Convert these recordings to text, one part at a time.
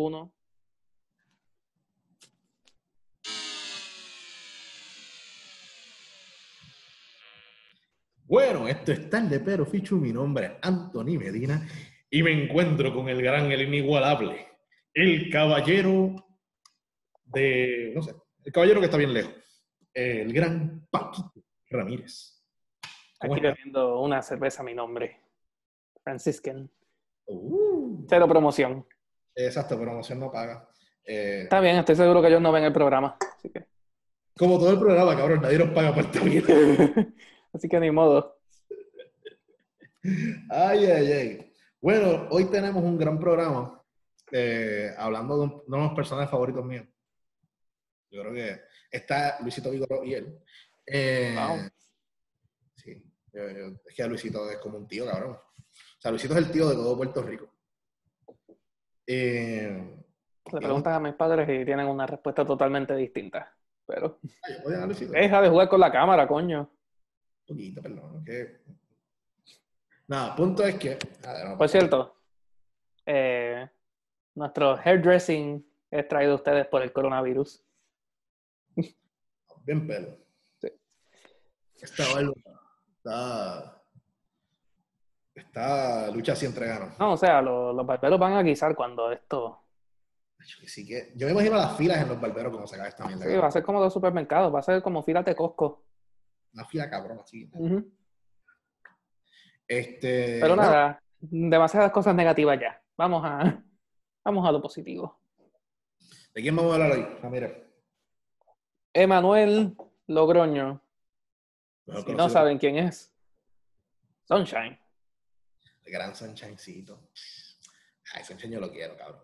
1. Bueno, esto es Tarde Pero Fichu, mi nombre es Anthony Medina y me encuentro con el gran, el inigualable, el caballero de, no sé, el caballero que está bien lejos, el gran Paquito Ramírez. ¿Cómo Aquí estás? bebiendo una cerveza a mi nombre. Franciscan. Uh, Cero promoción. exacto, promoción no paga. Está bien, estoy seguro que ellos no ven el programa. Así que, Como todo el programa, cabrón, nadie nos paga por esta vida. así que ni modo. Ay, ay, ay. Bueno, hoy tenemos un gran programa hablando de uno de los personajes favoritos míos. Yo creo que está Luisito Vigoró y él. Wow. Sí, es que Luisito es como un tío, cabrón. O sea, Luisito es el tío de todo Puerto Rico. Le Y vamos preguntan a mis padres y tienen una respuesta totalmente distinta. Pero a oye, a Luisito. deja de jugar con la cámara, coño. Un poquito, perdón. Nada, punto es que... Por cierto, nuestro hairdressing es traído a ustedes por el coronavirus. Bien pelo. Sí. Esta barba está lucha así entre ganos. No, o sea, los barberos van a guisar cuando esto... Así que yo me imagino las filas en los barberos como se cae esta mierda. Sí, va Cabrón. a ser como los supermercados, va a ser como filas de Costco. Una fila cabrón así. Uh-huh. Este, Pero nada, nada, demasiadas cosas negativas ya. Vamos a lo positivo. ¿de quién vamos a hablar hoy? Ah, mira. Emanuel Logroño. Mejor Si no conocido saben quién es, Sunshine. el gran Sunshinecito. Ay, Sunshine yo lo quiero, cabrón.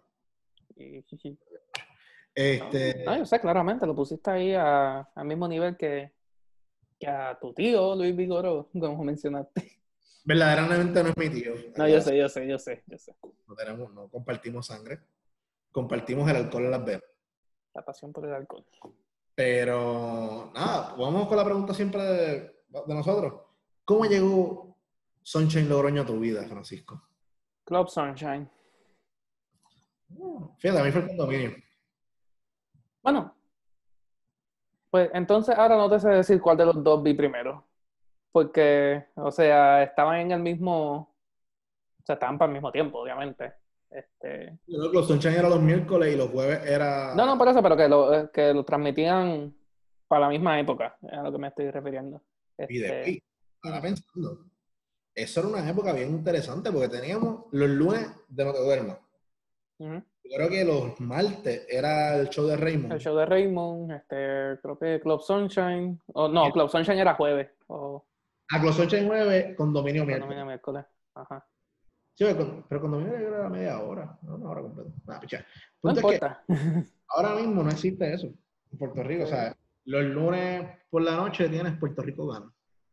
No, yo sé, claramente, lo pusiste ahí al mismo nivel que a tu tío, Luis Vigoró, como mencionaste. Verdaderamente no es mi tío. No, yo sé. No compartimos sangre. Compartimos el alcohol en las venas. La pasión por el alcohol. Pero, nada, vamos con la pregunta siempre de nosotros. ¿Cómo llegó Sunshine Logroño a tu vida, Francisco? Club Sunshine. Fíjate, a mí fue el condominio. Bueno, pues entonces ahora no te sé decir cuál de los dos vi primero. Porque, o sea, estaban en el mismo, o sea, estaban para el mismo tiempo, obviamente. Los Sunshine era los miércoles y los jueves No, era... por eso, pero que lo transmitían para la misma época, es a lo que me estoy refiriendo. Y después, ahora Ujú. pensando, eso era una época bien interesante porque teníamos los lunes de No Te Duermas. Ujú. Yo creo que los martes era el show de El Raymond. show de Raymond, creo que Club Sunshine, o no, Club Sunshine era jueves, o A los Sunshine 9, condominio condominio miércoles. miércoles. Ajá. Sí, pero condominio era media hora, no una hora completa. Nada, picha. El No punto es que importa. ahora mismo no existe eso en Puerto Rico. O sea, los lunes por la noche tienes Puerto Rico Gana.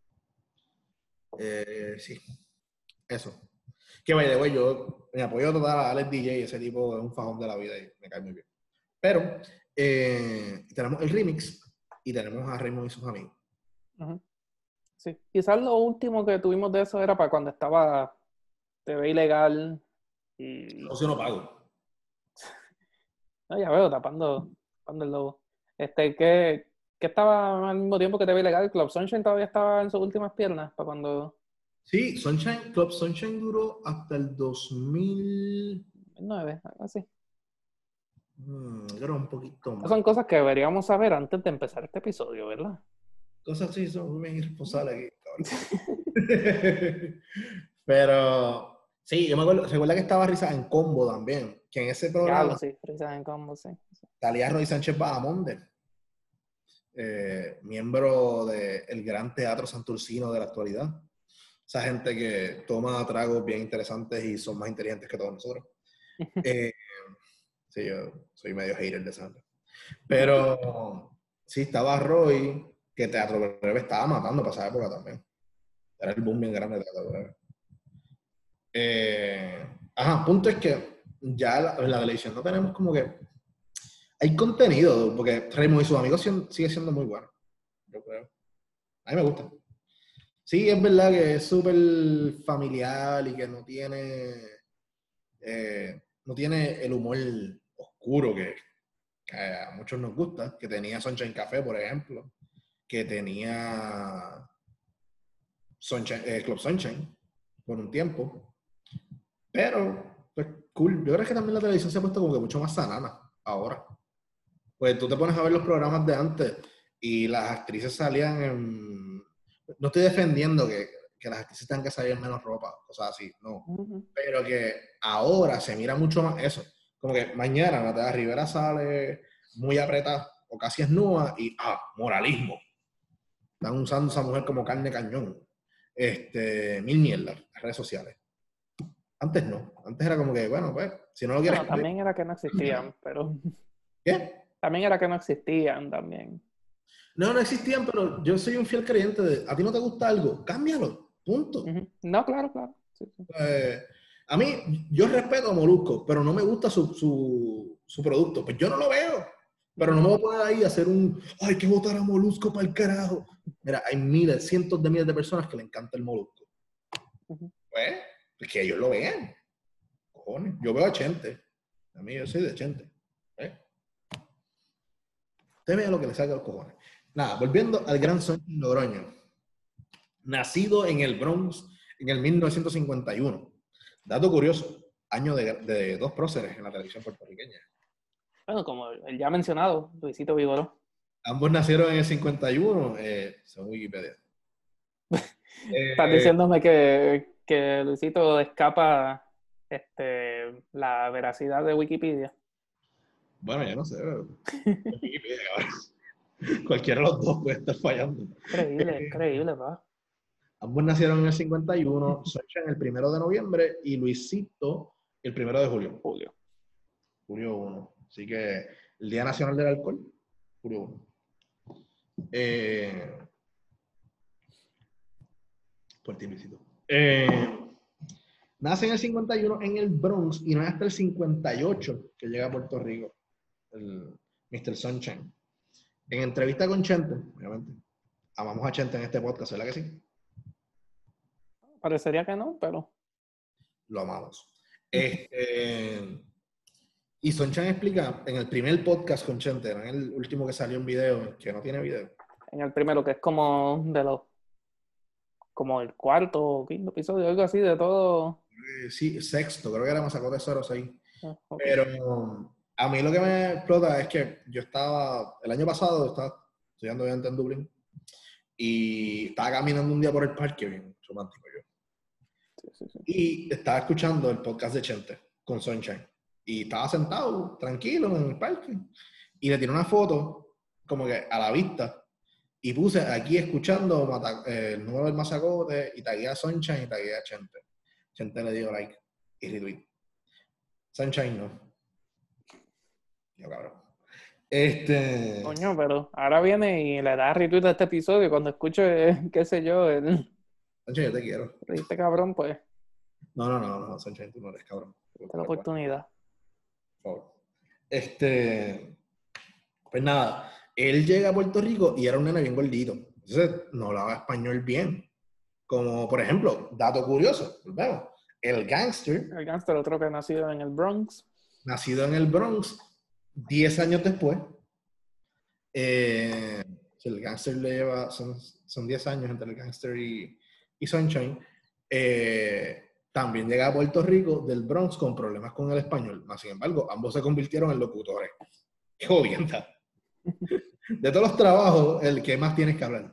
Sí, eso. Que by the way, yo me apoyo total a Alex DJ, ese tipo es un fajón de la vida y me cae muy bien. Pero tenemos el remix y tenemos a Raymond y sus amigos. Ujú. Sí. Quizás lo último que tuvimos de eso era para cuando estaba TV Ilegal y... No, si no pago. No, ya veo, tapando el logo. Que estaba al mismo tiempo que TV Ilegal, Club Sunshine todavía estaba en sus últimas piernas para cuando... Sí, Club Sunshine duró hasta el 2000. 9, algo así. Creo un poquito Estas más. son cosas que deberíamos saber antes de empezar este episodio, ¿verdad? Cosas así son muy bien irresponsables aquí, cabrón. Pero sí, yo me acuerdo, recuerda que estaba Risa en Combo también, que en ese Diablo, programa sí, risas en combo, sí. salía Roy Sánchez Bahamonde, miembro del gran teatro santurcino de la actualidad. Esa gente que toma tragos bien interesantes y son más inteligentes que todos nosotros. Eh, sí, yo soy medio hater de esa gente. Pero sí, estaba Roy, que Teatro Breve estaba matando para esa época también. Era el boom bien grande de Teatro Breve. Punto es que ya en la televisión no tenemos como que... Hay contenido, porque Raymond y sus amigos sigue siendo muy bueno, yo creo. A mí me gusta. Sí, es verdad que es súper familiar y que no tiene el humor oscuro que a muchos nos gusta, que tenía Sunshine Café, por ejemplo, que tenía Club Sunshine por un tiempo. Pero, pues, cool. Yo creo que también la televisión se ha puesto como que mucho más sanana ahora. Pues tú te pones a ver los programas de antes y las actrices salían en... No estoy defendiendo que las actrices tengan que salir en menos ropa, cosas así, no. Pero que ahora se mira mucho más eso. Como que mañana Natalia Rivera sale muy apretada o casi desnuda y, moralismo. Están usando a esa mujer como carne cañón. Mil mierdas, las redes sociales. Antes no. Antes era como que, bueno, pues, si no lo quieres... Bueno, también era que no existían, pero... ¿Qué? También era que no existían también. No existían, pero yo soy un fiel creyente de, a ti no te gusta algo, cámbialo, punto. No, claro, claro. Sí. A mí, yo respeto a Molusco, pero no me gusta su producto. Pues yo no lo veo, pero no me voy a poner ahí a hacer hay que votar a Molusco para el carajo. Mira, hay miles, cientos de miles de personas que le encanta el Molusco. Pues que ellos lo vean. Cojones, yo veo a Chente. A mí yo soy de Chente. Usted vea lo que le saca los cojones. Nada, volviendo al gran Sunshine Logroño. Nacido en el Bronx en el 1951. Dato curioso, año de dos próceres en la televisión puertorriqueña. Bueno, como el ya mencionado, Luisito Vigoró. Ambos nacieron en el 51, según Wikipedia. Estás diciéndome que Luisito escapa la veracidad de Wikipedia. Bueno, ya no sé. Wikipedia, cualquiera de los dos puede estar fallando. Increíble, va. Ambos nacieron en el 51, Sunshine el 1 de noviembre y Luisito el 1 de julio. Julio 1. Así que el Día Nacional del Alcohol, julio 1. Por ti, Luisito. Nace en el 51 en el Bronx y no es hasta el 58 que llega a Puerto Rico, el Mr. Sunshine. En entrevista con Chente, obviamente, amamos a Chente en este podcast, ¿verdad que sí? Parecería que no, pero... Lo amamos. Y Sunshine explica, en el primer podcast con Chente, en el último que salió en video, que no tiene video. En el primero, que es como como el cuarto o quinto episodio, algo así de todo. Sí, sexto, creo que era Mazacote 06. Okay. Pero a mí lo que me explota es que yo el año pasado estaba estudiando obviamente en Dublín y estaba caminando un día por el parque, bien romántico yo. Sí. Y estaba escuchando el podcast de Chente con Sunshine. Y estaba sentado, tranquilo, en el parque. Y le tiré una foto, como que a la vista. Y puse aquí escuchando el número del Mazacote y tagué a Sunshine y tagué a Chente. Chente le dio like y retweet. Sunshine no. Yo cabrón. Coño, pero ahora viene y le da retweet a este episodio cuando escuche, qué sé yo, Sunshine, yo te quiero. Este cabrón, pues. No, Sunshine, tú no eres cabrón. Esta la oportunidad. Por favor. Pues nada, él llega a Puerto Rico y era un nene bien gordito. Entonces no hablaba español bien. Como, por ejemplo, dato curioso, volvemos. El gángster, Otro que nacido en el Bronx. nacido en el Bronx, 10 años después. El gángster le lleva, son 10 años entre el gángster y Sunshine. También llega a Puerto Rico del Bronx con problemas con el español. Más sin embargo, ambos se convirtieron en locutores. ¡Qué jodienda! De todos los trabajos, el que más tienes que hablar.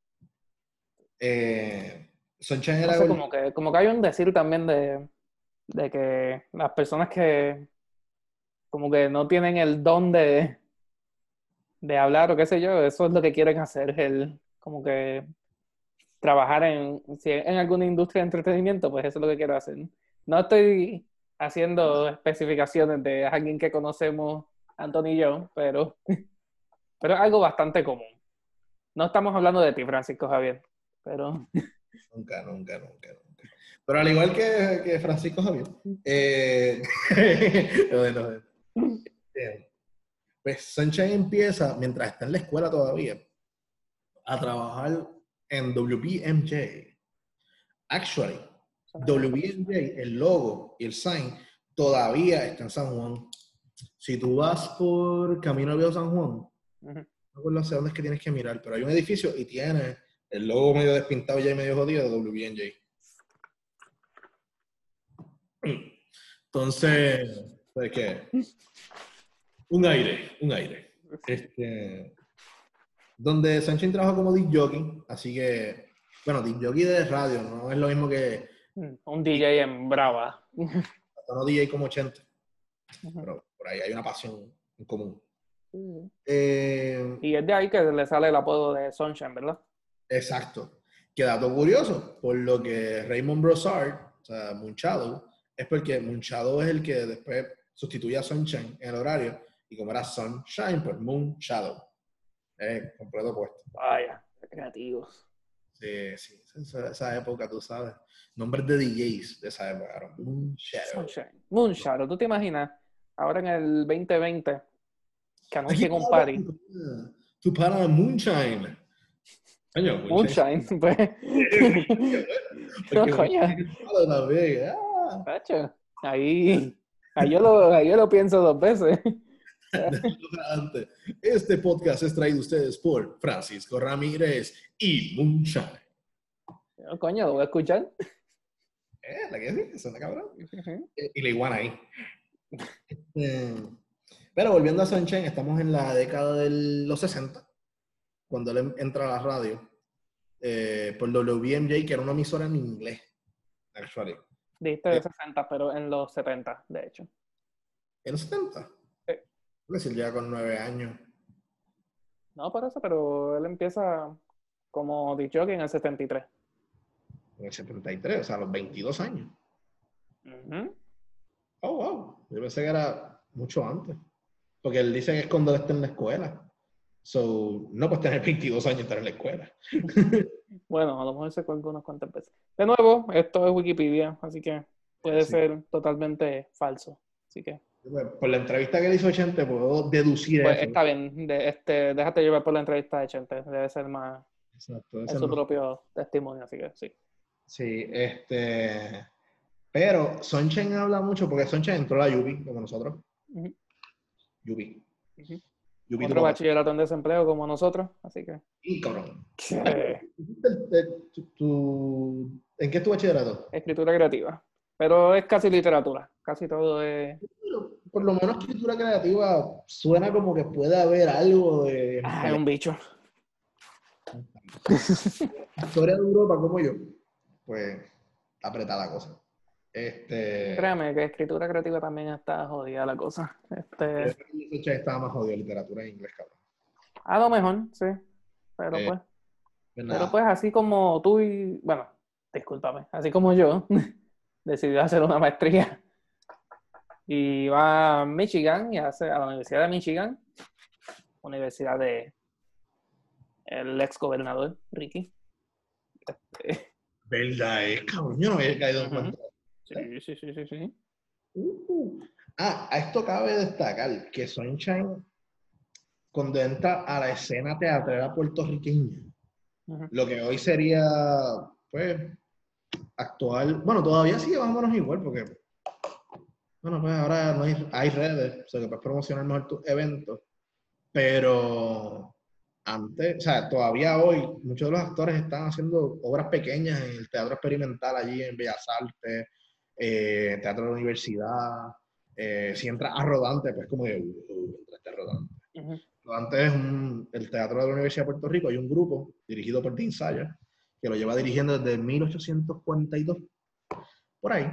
Sunshine era... No sé, como que hay un decir también de que las personas que como que no tienen el don de hablar o qué sé yo, eso es lo que quieren hacer, como que trabajar si en alguna industria de entretenimiento, pues eso es lo que quiero hacer. No estoy haciendo especificaciones de alguien que conocemos, Anthony y yo, pero es algo bastante común. No estamos hablando de ti, Francisco Javier, pero... Nunca. Pero al igual que Francisco Javier, pues Sunshine empieza, mientras está en la escuela todavía, a trabajar en WBMJ. Actually, WBMJ, el logo y el sign, todavía está en San Juan. Si tú vas por Camino al Viejo San Juan, Ujú. no recuerdo hacia dónde es que tienes que mirar, pero hay un edificio y tiene el logo medio despintado ya y medio jodido de WBNJ. Entonces, pues que un aire. Donde Sunshine trabaja como disc jockey, así que, bueno, disc jockey de radio, no es lo mismo que Un DJ en Brava. no DJ como 80, Ujú. pero por ahí hay una pasión en común. Sí. Eh, Y es de ahí que le sale el apodo de Sunshine, ¿verdad? exacto. Qué dato curioso, por lo que Raymond Broussard, o sea, Moonshadow, es porque Moonshadow es el que después sustituye a Sunshine en el horario, y como era Sunshine, pues Moonshadow. Completo opuesto. Vaya, qué creativos. Sí, esa época, tú sabes. Nombres de DJs de esa época, era Moonshadow. Sunshine. Moonshadow, ¿tú te imaginas? Ahora en el 2020, que Aquí anuncien un party. tu pana Moonshine. Coño, Moonshine, pues. No, coño. También. Tacho, ahí yo lo pienso dos veces. Antes. Este podcast es traído a ustedes por Francisco Ramírez y Moonshine. No, coño, lo voy a escuchar. ¿La que sí? Suena cabrón. Ujú. Y la iguana ahí. Pero volviendo a Sunshine, estamos en la década de los 60, cuando él entra a la radio por WBMJ, que era una emisora en inglés, actually. Dijiste de 60, pero en los 70, de hecho. ¿En los 70? Sí. Creo que sí, él llega con 9 años. No por eso, pero él empieza como disc jockey en el 73. En el 73, o sea, a los 22 años. Ujú. Oh, wow. Yo pensé que era mucho antes. Porque él dice que es cuando él está en la escuela. So, no puedes tener 22 años y estar en la escuela. Bueno, a lo mejor se cuelga unas cuantas veces. De nuevo, esto es Wikipedia, así que puede Sí. ser totalmente falso. Así que, Por la entrevista que le hizo Chente, puedo deducir pues eso. está bien. Déjate llevar por la entrevista de Chente. Debe ser más Exacto. en Ese su no. propio testimonio, así que sí. Sí, pero Sunshine habla mucho porque Sunshine entró a la Yubi, como nosotros. Ujú, Yubi. ujú. Yubi tu Otro papá. bachillerato en desempleo como nosotros, así que. Y cabrón. Sí. ¿En qué es tu bachillerato? Escritura creativa. Pero es casi literatura. Casi todo es. Por lo menos escritura creativa suena como que puede haber algo de Ah, es un bicho. historia de Europa como yo. Pues apretada la cosa. Créeme que escritura creativa también está jodida la cosa. Yo creo que estaba más jodido literatura en inglés, cabrón. A lo mejor, sí. Pero Pues pero nada. pues así como tú y, bueno, discúlpame, así como yo, decidí hacer una maestría y va a Michigan y hace a la Universidad de Michigan, universidad de el ex gobernador Ricky. ¿Verdad? Cabrón, yo no había caído en Ujú. cuenta. Sí. A esto cabe destacar que Sunshine, cuando entra a la escena teatral puertorriqueña, Ujú. lo que hoy sería, pues, actual, bueno, todavía sigue más o menos igual, porque, bueno, pues ahora no hay redes, o sea, que puedes promocionar mejor tus eventos, pero antes, o sea, todavía hoy, muchos de los actores están haciendo obras pequeñas en el teatro experimental allí en Bellas Artes, teatro de la universidad. Si entras a Rodante, pues como de, entraste a Rodante. Ujú. Rodante es el teatro de la Universidad de Puerto Rico. Hay un grupo dirigido por Dean Sayer, que lo lleva dirigiendo desde 1842, por ahí.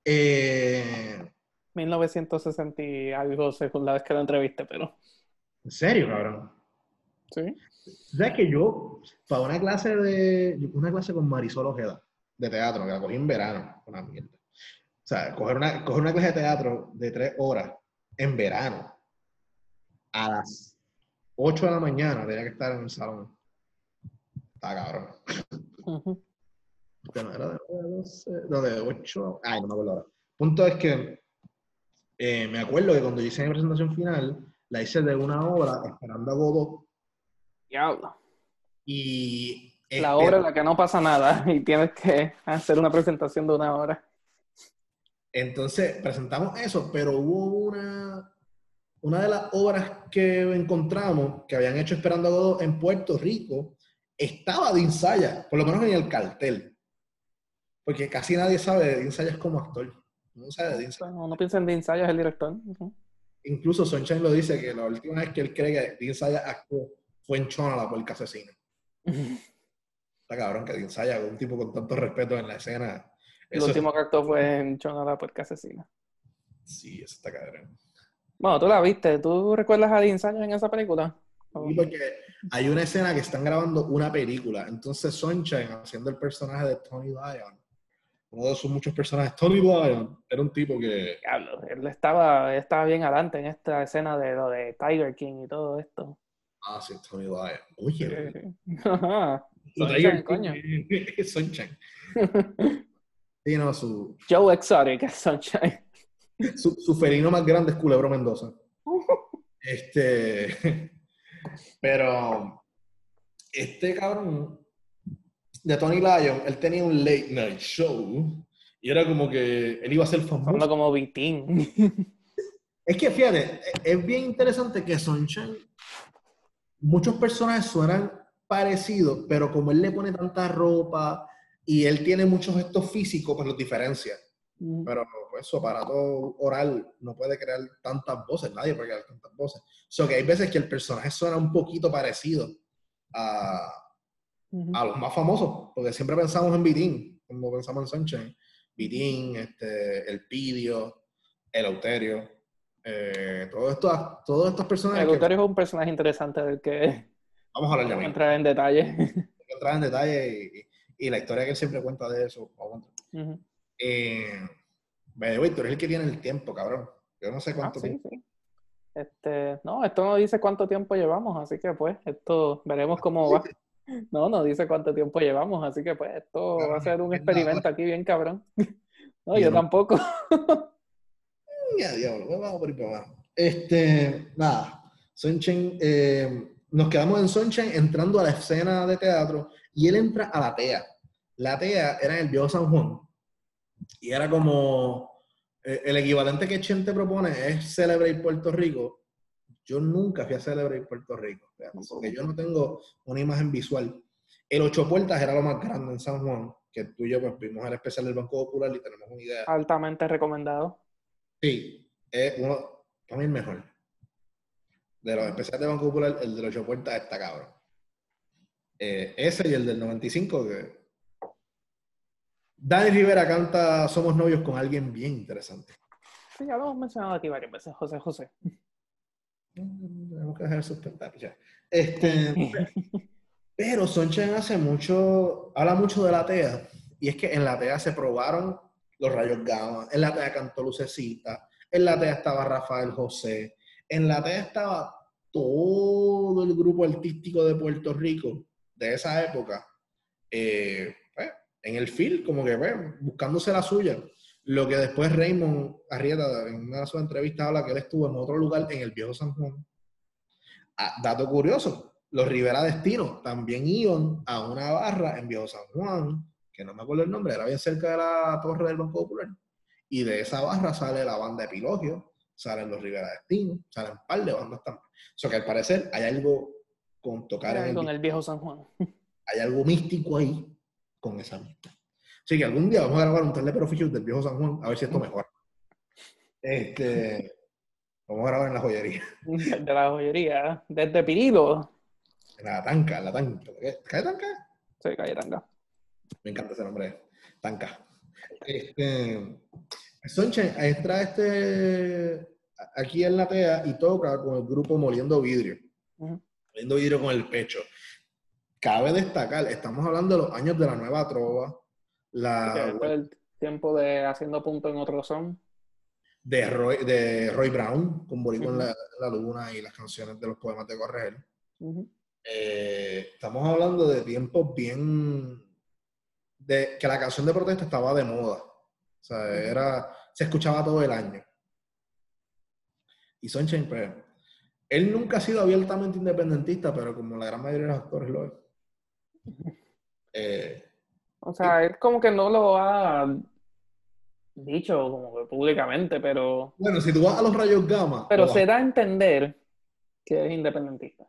1960 y algo según la vez que lo entrevisté, pero ¿En serio, cabrón? sí. ¿Sabes que para una clase con Marisol Ojeda, de teatro, que la cogí en verano, una mierda. O sea, coger una clase de teatro de 3 horas en verano, a las 8 de la mañana, tenía que estar en el salón. Está cabrón. Ujú. Que no era de 12, no, de 8. Ay, no me acuerdo ahora. Punto es que me acuerdo que cuando yo hice mi presentación final, la hice de 1 hora esperando a Godot. Diablo. Y La obra en la que no pasa nada y tienes que hacer una presentación de 1 hora. entonces presentamos eso, pero hubo una de las obras que encontramos que habían hecho Esperando a Godot en Puerto Rico estaba Dean Zaya, por lo menos en el cartel. Porque casi nadie sabe de Dean Zaya como actor. No sabe de Dean Zaya. No piensa en Dean Zaya, es el director. Incluso Sunshine lo dice que la última vez que él cree que Dean Zaya actuó fue en Chona, la puerca asesina. Está cabrón que Dean Zaya, un tipo con tanto respeto en la escena. El último que actuó fue en Chona la puerca asesina. Sí, eso está cabrón. Bueno, tú la viste. ¿Tú recuerdas a Dean Zaya en esa película? Sí, porque hay una escena que están grabando una película. Entonces Sunshine, haciendo el personaje de Tony Lyon, uno de sus muchos personajes, Tony Lyon, era un tipo que... Diablo, él estaba bien adelante en esta escena de lo de Tiger King y todo esto. Ah, sí, Tony Lyon. Oye, Ajá. lo Sunshine, Tiger coño. King, Sunshine. Sí, no, Joe Exotic es Sunshine. su felino más grande es Culebro Mendoza. Pero este cabrón de Tony Lyon, él tenía un late night show y era como que él iba a ser Sonando famoso. como Vitín. Es que fíjate, es bien interesante que Sunshine, muchos personajes suenan parecidos, pero como él le pone tanta ropa y él tiene muchos gestos físicos, pues los diferencia. Pero pues, su aparato oral no puede crear tantas voces, nadie puede crear tantas voces. So que hay veces que el personaje suena un poquito parecido a, a los más famosos, porque siempre pensamos en Vitín, como pensamos en Sunshine. Vitín, el Pidio, el Euterio, todos estos personajes que Eleuterio es un personaje interesante del que vamos a hablar ya vamos a mismo. entrar en detalle. Entrar en detalle y la historia que él siempre cuenta de eso. By the way, tú eres el que tiene el tiempo, cabrón. Yo no sé cuánto Sí, tiempo. sí. No, esto no dice cuánto tiempo llevamos, así que pues, esto veremos cómo va. No dice cuánto tiempo llevamos, así que pues, esto va a Cabrón, ser un es nada más. experimento aquí bien cabrón. No, Y yo yo no. tampoco. Ya, diablo, pues vamos por ahí para abajo. Nada. Sunshine, nos quedamos en Sunshine entrando a la escena de teatro y él entra a la TEA. La TEA era en el viejo San Juan y era como el equivalente que Chente propone es Celebrate Puerto Rico. Yo nunca fui a Celebrate Puerto Rico, porque yo no tengo una imagen visual. El Ocho Puertas era lo más grande en San Juan, que tú y yo pues, vimos el especial del Banco Popular y tenemos una idea. Altamente recomendado. Sí, es uno, para mí el mejor. De los especiales del Banco Popular, el del Ocho Puertas está cabrón. Ese y el del 95, que Dani Rivera canta Somos novios con alguien bien interesante. Sí, ya lo hemos mencionado aquí varias veces, José José. Tenemos que dejar sustentar ya. Pero Sunshine habla mucho de la TEA, y es que en la TEA se probaron los rayos gamma, en la TEA cantó Lucecita, en la TEA estaba Rafael José, en la TEA estaba todo el grupo artístico de Puerto Rico de esa época, pues, en el field, como que pues, buscándose la suya. Lo que después Raymond Arrieta, en una de sus entrevistas, habla que él estuvo en otro lugar en el viejo San Juan. Dato curioso, los Rivera Destino también iban a una barra en Viejo San Juan, que no me acuerdo el nombre, era bien cerca de la torre del Banco Popular. Y de esa barra sale la banda Epilogio, salen los Rivera Destino, salen un par de bandas también. O sea que al parecer hay algo con tocar Hay algo en el viejo San Juan. hay algo místico ahí con esa amistad. Así que algún día vamos a grabar un Telepero Features del Viejo San Juan, a ver si esto mejora. Vamos a grabar en la joyería. De la joyería. Desde Pirilo. En la tanca, en la tanca. ¿Qué tanca? Sí, calle Tanga. Me encanta ese nombre, Tanca. Sunshine entra aquí en la TEA y toca con el grupo Moliendo Vidrio. Moliendo Vidrio con el pecho. Cabe destacar, estamos hablando de los años de la nueva trova, El tiempo de haciendo punto en otro son. de Roy Brown, con Boricua en la Luna y las canciones de los poemas de Corregel. Estamos hablando de tiempos bien... que la canción de protesta estaba de moda. O sea, se escuchaba todo el año. Y Sunshine, pues, él nunca ha sido abiertamente independentista, pero como la gran mayoría de los actores lo es. O sea, él como que no lo ha dicho como que públicamente, Bueno, si tú vas a los rayos gamma, pero lo vas. se da a entender que es independentista.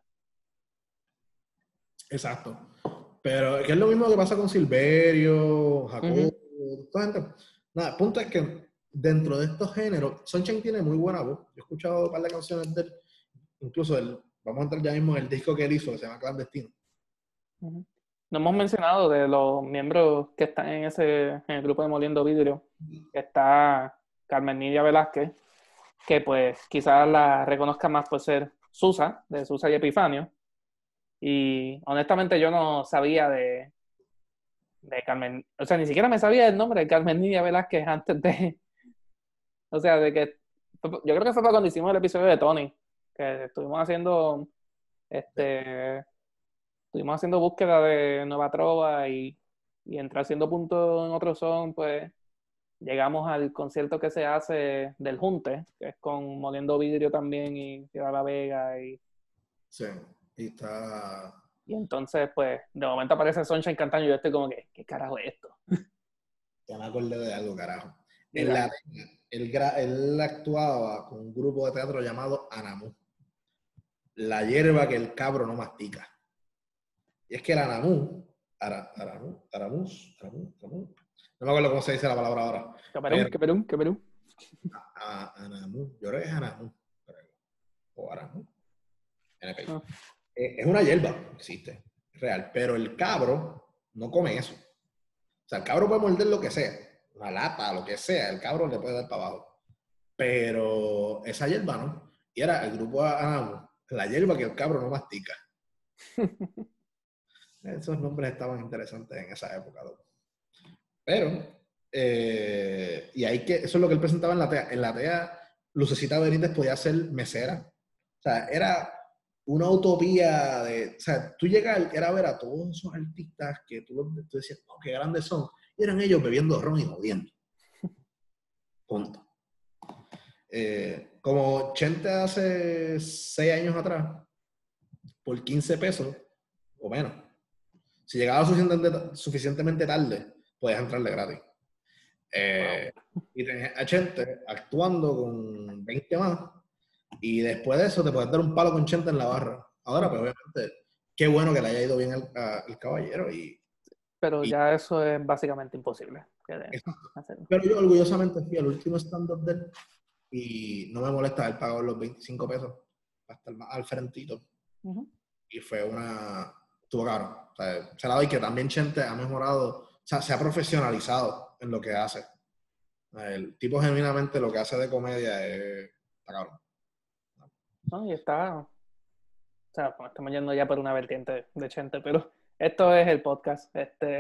Exacto. Pero es que es lo mismo que pasa con Silverio, Jacobo, Ujú, toda gente. Nada, el punto es que dentro de estos géneros, Sunshine tiene muy buena voz. Yo he escuchado un par de canciones de él, incluso vamos a entrar ya mismo en el disco que él hizo, que se llama Clandestino. ujú. No hemos mencionado de los miembros que están en el grupo de Moliendo Vidrio, que está Carmen Nidia Velázquez, que pues quizás la reconozca más por ser Susa, de Susa y Epifanio. Y honestamente yo no sabía de Carmen, o sea, ni siquiera me sabía el nombre de Carmen Nidia Velázquez antes de, o sea, de que, yo creo que fue para cuando hicimos el episodio de Tony, que este, estuvimos haciendo búsqueda de Nueva Trova y entre haciendo puntos en otro son, pues llegamos al concierto que se hace del Junte, que es con Moliendo Vidrio también y Ciudad La Vega Sí, y está. y entonces pues de momento aparece Sunshine cantando y yo estoy como que, ¿qué carajo es esto? Ya me acordé de algo, carajo. En la Dígame. él actuaba con un grupo de teatro llamado Anamú, la hierba que el cabro no mastica. Y es que el Anamú, Aramú, no me acuerdo cómo se dice la palabra ahora, Camerún, pero Camerún, Camerún. Anamú, yo creo que es Anamú, o Aramú, NP. Ah, Es una hierba, existe, real, pero el cabro no come eso. O sea, el cabro puede morder lo que sea, una lata, lo que sea, el cabro le puede dar para abajo. Pero esa hierba no. Y era el grupo Anamu, la hierba que el cabro no mastica. Esos nombres estaban interesantes en esa época, loco. Pero, y ahí que, eso es lo que él presentaba en la TEA. En la TEA, Lucecita Benítez podía ser mesera. O sea, era una utopía de, o sea, tú llegas era ver a todos esos artistas que tú decías, oh, qué grandes son. Y eran ellos bebiendo ron y jodiendo. Punto. Como Chente hace 6 años atrás, por 15 pesos o menos. Si llegaba suficientemente tarde, podías entrarle gratis. wow. Y tenías a Chente actuando con 20 más, y después de eso te puedes dar un palo con Chente en la barra. Ahora, pues obviamente, qué bueno que le haya ido bien al caballero. Pero Y ya eso es básicamente imposible exacto. hacerlo. Pero yo orgullosamente fui al último stand-up de él y no me molesta haber pagado los 25 pesos para estar más al frentito. Ujú. Y fue estuvo caro. O sea, se la doy que también Chente ha mejorado, o sea, se ha profesionalizado en lo que hace. El tipo genuinamente lo que hace de comedia está cabrón. ¿No? Y está, o sea, pues, estamos yendo ya por una vertiente de Chente, pero esto es el podcast.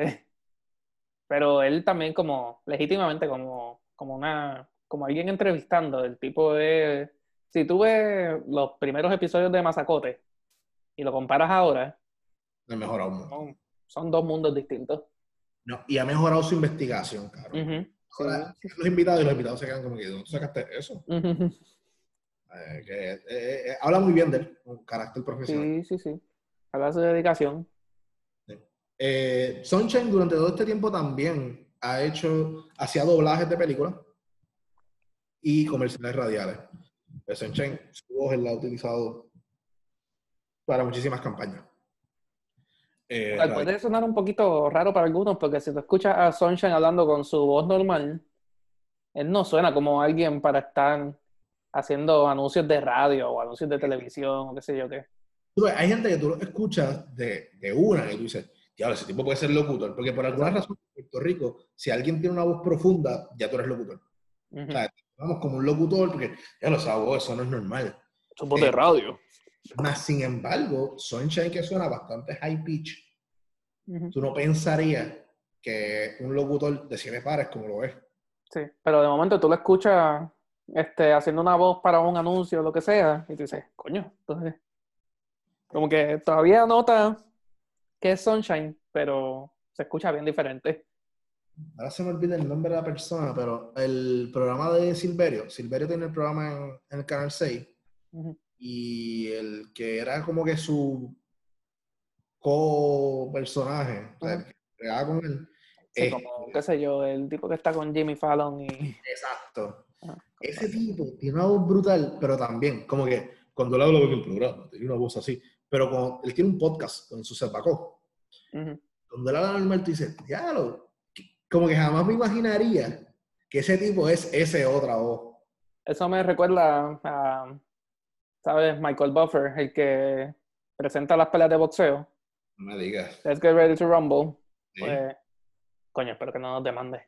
Pero él también como, legítimamente como alguien entrevistando, el tipo de, si tú ves los primeros episodios de Mazacote y lo comparas ahora, Ha mejorado un montón. son dos mundos distintos. No, y ha mejorado su investigación, cabrón. Ujú, Ahora, sí, sí, sí. los invitados y los invitados se quedan como que, ¿dónde sacaste eso? Ujú, Habla muy bien de él, un carácter profesional. sí, sí, sí. Habla de su dedicación. Sí. Sunshine durante todo este tiempo también hacía doblajes de películas y comerciales radiales. Sunshine, su voz él la ha utilizado para muchísimas campañas. Cual puede sonar un poquito raro para algunos, porque si tú escuchas a Sunshine hablando con su voz normal, él no suena como alguien para estar haciendo anuncios de radio o anuncios de televisión o qué sé yo qué. Hay gente que tú lo escuchas de una y tú dices, diablo, ese tipo puede ser locutor, porque por alguna Exacto. razón en Puerto Rico, si alguien tiene una voz profunda, ya tú eres locutor. O Ujú. sea, vamos como un locutor, porque ya lo sabes, eso no es normal. Su voz de radio. Más sin embargo, Sunshine que suena bastante high pitch, Ujú. tú no pensarías que un locutor de cine pares como lo es. Sí, pero de momento tú lo escuchas haciendo una voz para un anuncio o lo que sea, y tú dices, coño, entonces, como que todavía nota que es Sunshine, pero se escucha bien diferente. Ahora se me olvida el nombre de la persona, pero el programa de Silverio tiene el programa en el Canal 6, Ujú. y el que era como que su co-personaje, o sea, el Ajá. que pegaba con él, Sí, como, qué sé yo, el tipo que está con Jimmy Fallon y... Exacto. cosas Ese así. tipo tiene una voz brutal, pero también, como que cuando él habla en el programa, tiene una voz así. Pero cuando él tiene un podcast con su Sepacó, Ujú. cuando él habla normal, tú dices, diablo, como que jamás me imaginaría que ese tipo es ese otra voz. Eso me recuerda a, ¿sabes? Michael Buffer, el que presenta las peleas de boxeo. No me digas. Let's get ready to rumble. ¿Sí? Pues, coño, espero que no nos demande.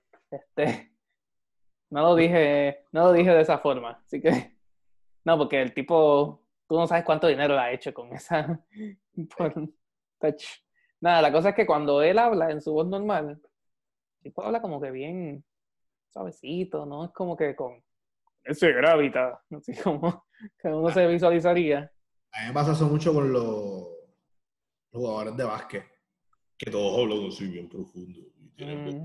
No lo dije de esa forma, así que, no, porque el tipo, tú no sabes cuánto dinero le ha hecho con esa, por touch. Nada, la cosa es que cuando él habla en su voz normal, el tipo habla como que bien suavecito, ¿no? Es como que con ese gravita, así como que uno A se visualizaría. mí me pasa eso mucho con los jugadores de básquet, que todos hablan así bien profundo. Y tienen voz. Mm,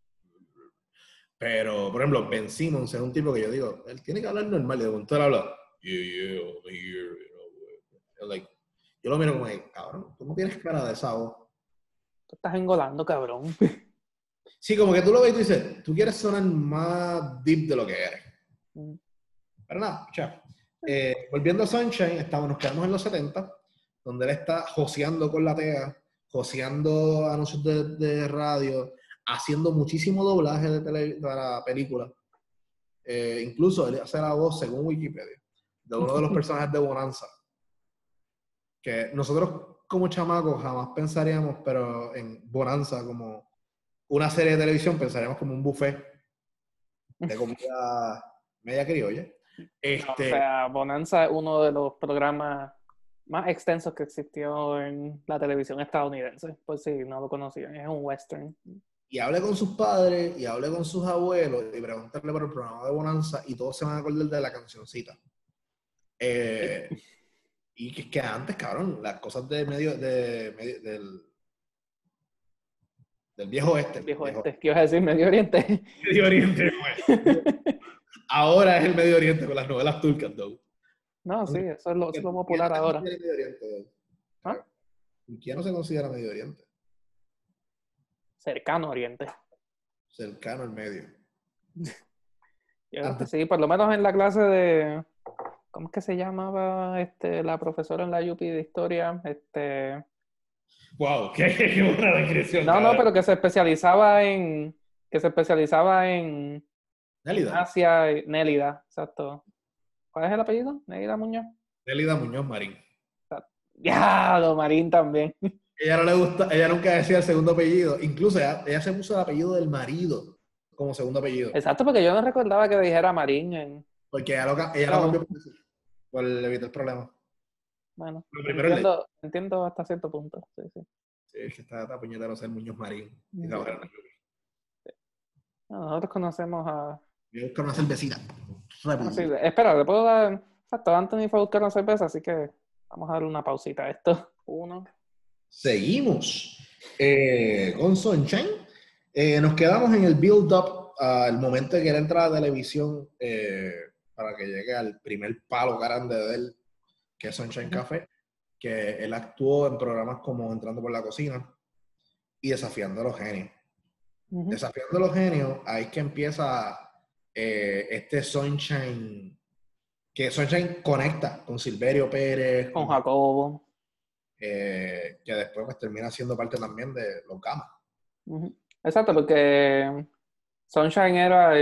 Pero, por ejemplo, Ben Simmons es un tipo que yo digo, él tiene que hablar normal, y de momento él habla, yeah, yeah, I'm here, like, yo lo miro como, cabrón, tú no tienes cara de esa voz. tú estás engolando, cabrón. Sí, como que tú lo ves y tú dices, tú quieres sonar más deep de lo que eres. Mm, Pero nada, chao. Volviendo a Sunshine, nos quedamos en los 70, donde él está joseando con la TEA, joseando anuncios de radio, haciendo muchísimo doblaje de la película. Incluso él hace la voz, según Wikipedia, de uno de los personajes de Bonanza, que nosotros como chamacos jamás pensaríamos, pero en Bonanza como una serie de televisión pensaríamos como un buffet de comida media criolla. No, o sea, Bonanza es uno de los programas más extensos que existió en la televisión estadounidense, por si no lo conocían, es un western. Y hable con sus padres y hable con sus abuelos y preguntarle por el programa de Bonanza y todos se van a acordar de la cancioncita. Eh, y que es que antes, cabrón, las cosas del viejo oeste, Viejo este, ¿qué ibas a decir? Medio Oriente. Medio Oriente, pues. Ahora es el Medio Oriente con las novelas turcas, though. No, sí, Aunque eso es lo Turquía no popular se ahora. considera Medio Oriente, ¿Ah? creo. Turquía no se considera Medio Oriente, Cercano Oriente. cercano al medio. Yo creo que Antes, sí, por lo menos en la clase de, ¿cómo es que se llamaba la profesora en la UPI de historia? wow, qué buena descripción, No, no, cabrón. pero que se especializaba en Nélida, Asia, Nélida, exacto. ¿Cuál es el apellido? Nélida Muñoz. Nélida Muñoz Marín. Ya, Marín también. Ella no le gusta, ella nunca decía el segundo apellido. Incluso ella se puso el apellido del marido como segundo apellido. Exacto, porque yo no recordaba que dijera Marín Porque ella lo cambió Bravo. por evitar el problema. Bueno, Lo primero es ley. entiendo hasta cierto punto. Sí, sí. Sí, es que está puñetero ser Muñoz Marín y Sí. trabajar en la lluvia. No, nosotros conocemos a... Voy a buscar una cervecita. Bueno, sí, Rapidito. espera, le puedo dar... Exacto, Anthony fue a buscar una cerveza, así que vamos a darle una pausita a esto. Uno. Seguimos con Sunshine. Nos quedamos en el build-up al momento en que él entra a la televisión para que llegue al primer palo grande de él, que es Sunshine Ujú, Café, que él actuó en programas como Entrando por la Cocina y Desafiando a los Genios. ujú. Desafiando a los Genios, ahí es que empieza este Sunshine, que Sunshine conecta con Silverio Pérez, Con con Jacobo. que después pues, termina siendo parte también de los Gamas. Ujú. Exacto, porque Sunshine era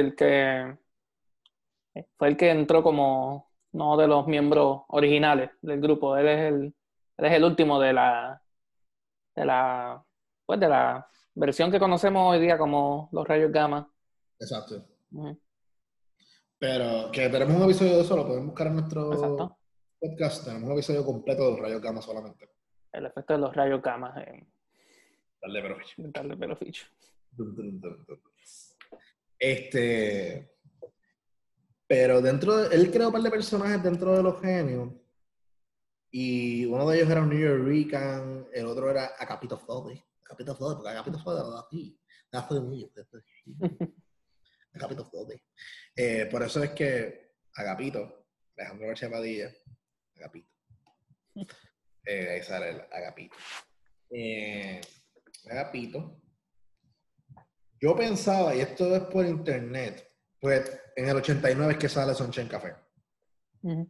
fue el que entró como uno de los miembros originales del grupo. Él es el último de la, pues de la versión que conocemos hoy día como los rayos gamma. Exacto. Ujú. Pero que tenemos un episodio de eso, lo pueden buscar en nuestro Exacto. podcast. Tenemos un episodio completo de los rayos gamma solamente. El efecto de los rayos gamma en Dale, provecho. Darle Pelo Ficho. Dun, dun, dun, dun. Este, pero él creó un par de personajes dentro de los genios. Y uno de ellos era un New York, el otro era Agapito Fode. Agapito Fode, porque Agapito Fode era de aquí. Nace de mí. Agapito Fode. Por eso es que Agapito, Alejandro García Padilla, Agapito. Ahí sale el Agapito. Agapito Yo pensaba, y esto es por internet, pues en el 89 es que sale Sunshine Café. Ujú.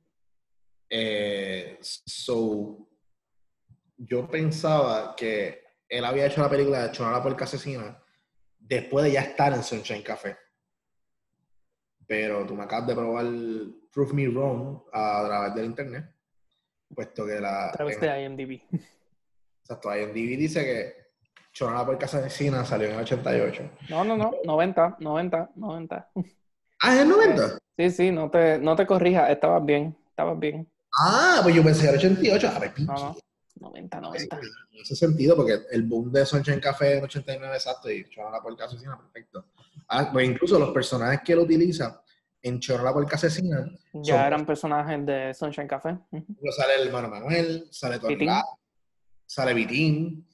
Yo pensaba que él había hecho la película de Chona la Puerca Asesina después de ya estar en Sunshine Café. Pero tú me acabas de probar Prove Me Wrong a través del internet, puesto que A través de IMDb. exacto, IMDb dice que Chona la Puerca Asesina salió en el 88. No, 90. Ah, ¿es el 90? Sí, no te corrijas, estabas bien. Ah, pues yo pensé el 88. A ver, No, pinche. 90. En ese sentido, porque el boom de Sunshine Café en 89, exacto, y Chona la Puerca Asesina, perfecto. Ah, pues incluso los personajes que él utiliza en Chona la Puerca Asesina Ya son, eran personajes de Sunshine Café. sale el hermano Manuel, sale Tony Pitín. Ladd, sale Vitín,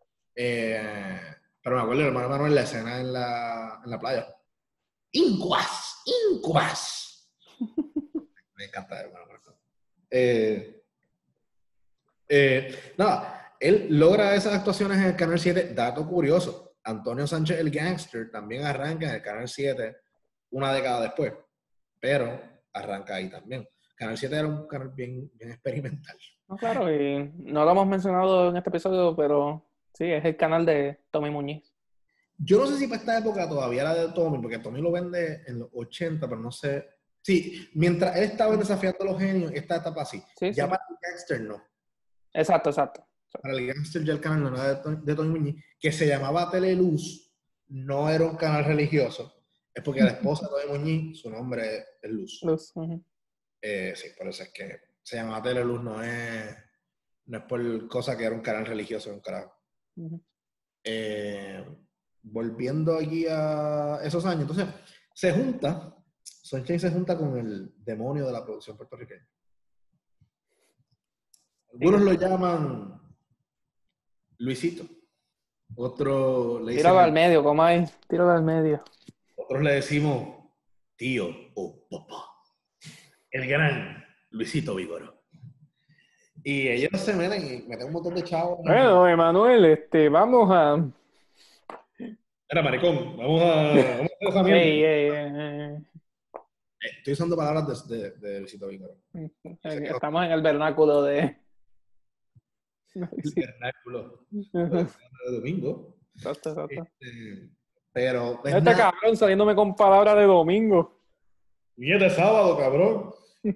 pero me acuerdo del hermano Manuel la escena en la playa. ¡Incuas! ¡Incuas! Me encanta el hermano Manuel. Nada, él logra esas actuaciones en el Canal 7. Dato curioso, Antonio Sánchez el Gangster también arranca en el Canal 7 una década después, pero arranca ahí también. Canal 7 era un canal bien, bien experimental. No, claro, y no lo hemos mencionado en este episodio, pero sí, es el canal de Tommy Muñiz. Yo no sé si para esta época todavía era de Tommy, porque Tommy lo vende en los 80, pero no sé. Sí, mientras él estaba desafiando a los genios, esta etapa sí. Sí. Ya para el Gangster no. Exacto. Para el Gangster ya el canal no era de Tony Muñiz, que se llamaba Teleluz, no era un canal religioso, es porque la esposa de Tony Muñiz, su nombre es Luz. Luz. Uh-huh. Sí, por eso es que se llamaba Teleluz, no es por cosa que era un canal religioso, un carajo. Uh-huh. Volviendo aquí a esos años, entonces Sunshine se junta con el demonio de la producción puertorriqueña. Algunos lo llaman Luisito. Otro le dicen Tíralo al medio, Comay. Tíralo al medio. Otros le decimos tío o papá. El gran Luisito Vigoro. Y ellos se meten y meten un montón de chavos. Bueno, Emanuel, vamos a... Era maricón, vamos a hacer Ey. Estoy usando palabras de Luisito Vigoro. Estamos en el vernáculo de... El vernáculo de domingo. Exacto. Pero es Este nada. cabrón saliéndome con palabras de domingo. Y es de sábado, cabrón.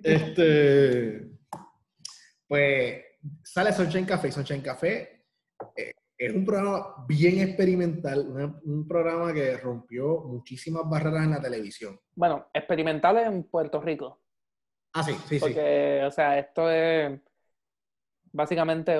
Pues sale Sunshine Café. Sunshine Café es un programa bien experimental, un programa que rompió muchísimas barreras en la televisión. Bueno, experimentales en Puerto Rico. Ah, sí. Porque, o sea, esto es básicamente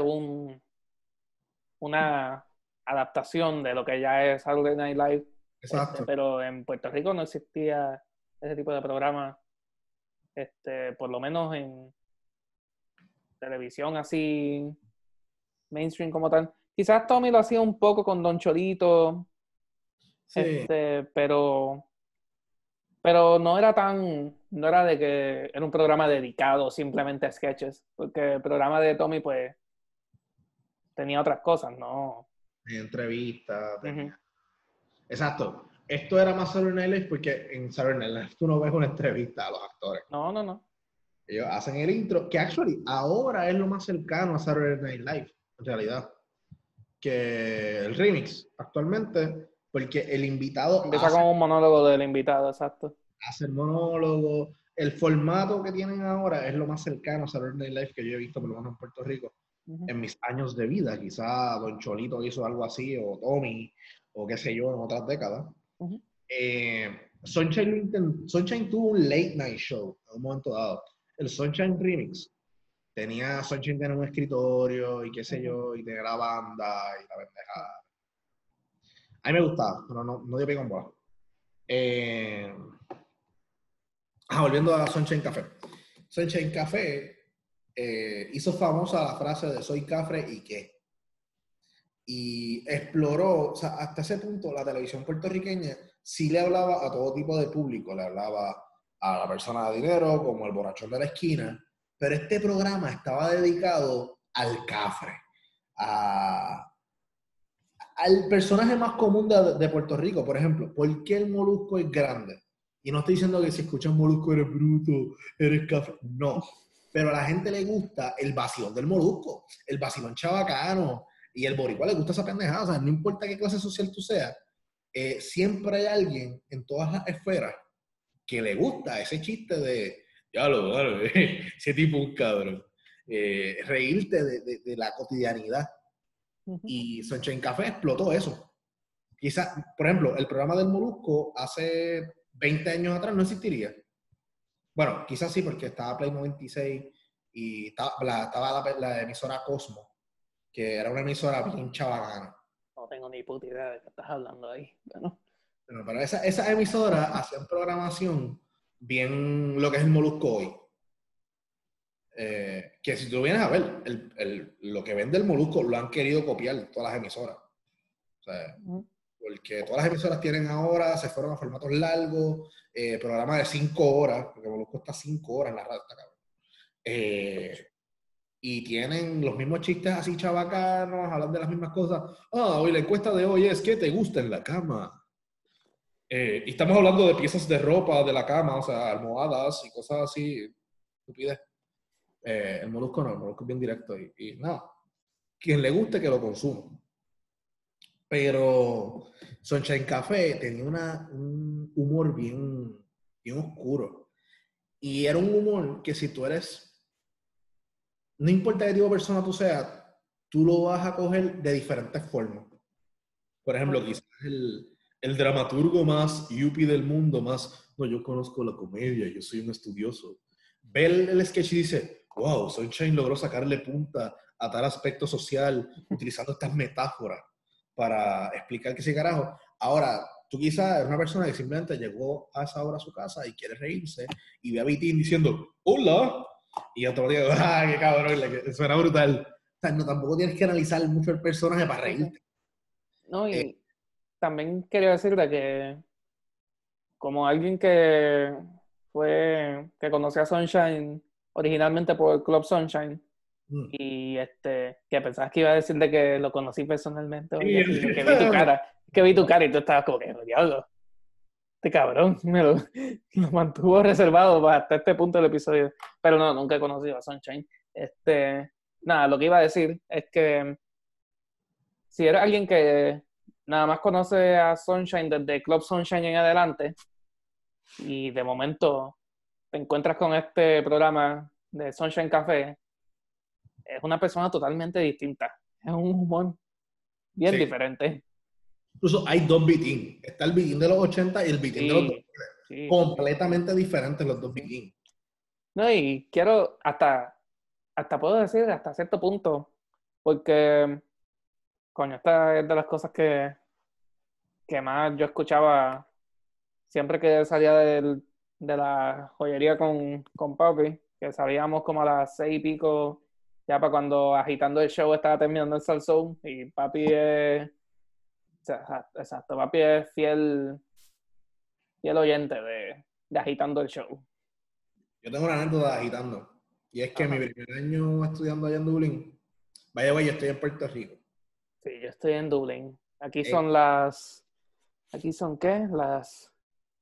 una adaptación de lo que ya es Saturday Night Live. Exacto. Pero en Puerto Rico no existía ese tipo de programa, por lo menos en televisión así mainstream como tal. Quizás Tommy lo hacía un poco con Don Cholito, Sí. pero no era de que era un programa dedicado simplemente a sketches, porque el programa de Tommy pues tenía otras cosas, ¿no? Entrevistas. Uh-huh. Exacto. Esto era más Saturday Night Live porque en Saturday Night Live tú no ves una entrevista a los actores. No. Ellos hacen el intro, que actually ahora es lo más cercano a Saturday Night Live, en realidad, que el remix actualmente, porque el invitado Empieza con un monólogo del invitado, exacto. hace el monólogo. El formato que tienen ahora es lo más cercano a Saturday Night Live que yo he visto, por lo menos en Puerto Rico, en mis años de vida. Quizá Don Cholito hizo algo así, o Tommy, o qué sé yo, en otras décadas. Sunshine tuvo un late night show en un momento dado. El Sunshine Remix Sunshine tenía un escritorio y qué sé yo, y tenía la banda y la pendejada. A mí me gustaba, pero no dio pie con bola. Volviendo a Sunshine Café. Sunshine Café hizo famosa la frase de soy cafre y qué. Y exploró, o sea, hasta ese punto la televisión puertorriqueña sí le hablaba a todo tipo de público, le hablaba a la persona de dinero, como el borrachón de la esquina, pero este programa estaba dedicado al cafre, al al personaje más común de Puerto Rico, por ejemplo, ¿por qué el Molusco es grande? Y no estoy diciendo que si escuchas Molusco eres bruto, eres café. No. Pero a la gente le gusta el vacilón del Molusco, el vacilón chabacano, y el boricua le gusta esa pendejada. O sea, no importa qué clase social tú seas, siempre hay alguien en todas las esferas que le gusta ese chiste de, ya lo, ese tipo un cabrón. Reírte de la cotidianidad. Y Sunshine Café explotó eso. Quizás, por ejemplo, el programa del Molusco hace 20 años atrás no existiría. Bueno, quizás sí, porque estaba Play 96 y estaba la emisora Cosmo, que era una emisora bien chavagana. No tengo ni puta idea de qué estás hablando ahí. Bueno. Pero esas emisoras hacían programación bien lo que es el Molusco hoy. Que si tú vienes a ver, lo que vende el Molusco lo han querido copiar todas las emisoras. O sea, porque todas las emisoras tienen ahora, se fueron a formatos largos, programas de 5 horas, porque Molusco está 5 horas en la radio, está cabrón. Y tienen los mismos chistes así chabacanos, hablan de las mismas cosas. Hoy la encuesta de hoy es ¿qué te gusta en la cama? Y estamos hablando de piezas de ropa de la cama, o sea, almohadas y cosas así, estupidez. El Molusco no, el Molusco es bien directo y nada, quien le guste que lo consuma. Pero Sunshine Café tenía un humor bien, bien oscuro. Y era un humor que si tú eres, no importa qué tipo de persona tú seas, tú lo vas a coger de diferentes formas. Por ejemplo, quizás el dramaturgo más yuppie del mundo, más, no, yo conozco la comedia, yo soy un estudioso. Ve el sketch y dice, wow, Sunshine logró sacarle punta a tal aspecto social utilizando estas metáforas para explicar que ese carajo. Ahora, tú quizás eres una persona que simplemente llegó a esa hora a su casa y quiere reírse y ve a Vitín diciendo, hola, y automáticamente, ah, qué cabrón, suena brutal. O sea, no, tampoco tienes que analizar mucho el personaje para reírte. No, y también quería decirte que como alguien que conoció a Sunshine originalmente por el Club Sunshine, y que pensabas que iba a decir de que lo conocí personalmente, oye, así, que vi tu cara y tú estabas como que, diablo, este cabrón lo mantuvo reservado hasta este punto del episodio, pero no, nunca he conocido a Sunshine. Nada, lo que iba a decir es que si eres alguien que nada más conoce a Sunshine desde Club Sunshine en adelante y de momento te encuentras con este programa de Sunshine Café, es una persona totalmente distinta. Es un humor bien diferente. Incluso hay dos Vitín. Está el Vitín de los 80 y el Vitín de los 2000. Sí, Completamente diferentes los dos Vitín. No, y quiero hasta puedo decir hasta cierto punto, porque, coño, esta es de las cosas que más yo escuchaba siempre que salía de la joyería con papi, que salíamos como a las 6 y pico, ya para cuando agitando el show estaba terminando el salsón, y papi es, exacto, papi es fiel oyente de agitando el show. Yo tengo una anécdota de agitando. Y es que Ajá. mi primer año estudiando allá en Dublín, vaya, yo estoy en Puerto Rico. Sí, yo estoy en Dublín. Aquí Eh, son ¿qué? Las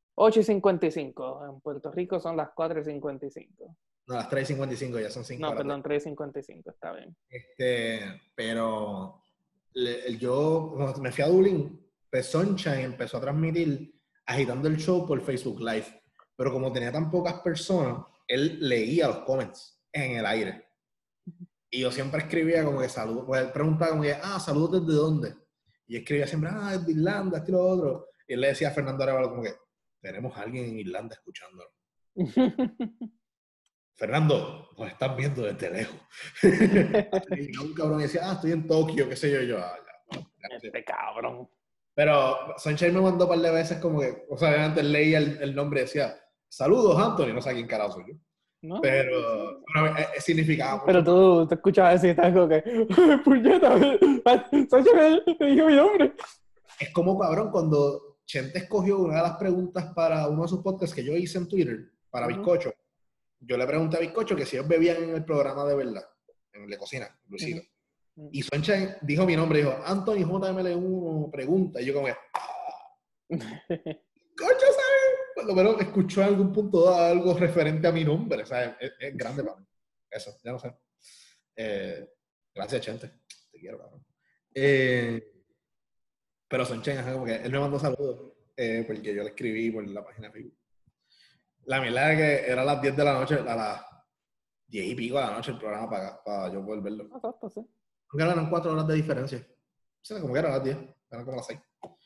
8:55. En Puerto Rico son las 4:55. no, las 3:55, ya son 5 No, horas. perdón, 3:55, está bien. Pero yo, cuando me fui a Dublín, pues Sunshine empezó a transmitir agitando el show por Facebook Live. Pero como tenía tan pocas personas, él leía los comments en el aire. Y yo siempre escribía como que saludos, pues él preguntaba como que, saludos desde dónde. Y yo escribía siempre, es de Irlanda, esto y lo otro. Y él le decía a Fernando Arevalo como que, tenemos a alguien en Irlanda escuchándolo. Fernando, nos están viendo desde lejos. Y un cabrón decía, estoy en Tokio, qué sé yo. Este cabrón. Pero Sunshine me mandó un par de veces como que, o sea, obviamente leía el nombre y decía, saludos, Anthony, no sé a quién carajo soy yo. No, Pero significaba pero mucho. tú te escuchabas decir, estás como que, puñeta, Sánchez me dijo mi nombre. Es como, cabrón, cuando Chente escogió una de las preguntas para uno de sus podcasts que yo hice en Twitter, para Bizcocho, yo le pregunté a Bizcocho que si ellos bebían en el programa de verdad, en el de cocina, Luisito. Y Sunshine dijo mi nombre, dijo, Anthony JML1 pregunta. Y yo como que, coño, ¿sabes? Por lo menos escuchó en algún punto algo referente a mi nombre, ¿sabes? Es grande para mí. Eso, ya no sé. Gracias, Chente. Te quiero, cabrón. Pero Sunshine, ajá, como que él me mandó saludos porque yo le escribí por la página de Facebook. La verdad es que era a las 10 de la noche, a las 10 y pico de la noche el programa para yo poder verlo. Exacto, sí. Aunque eran 4 horas de diferencia. O sea, como que eran las 10, eran como las 6.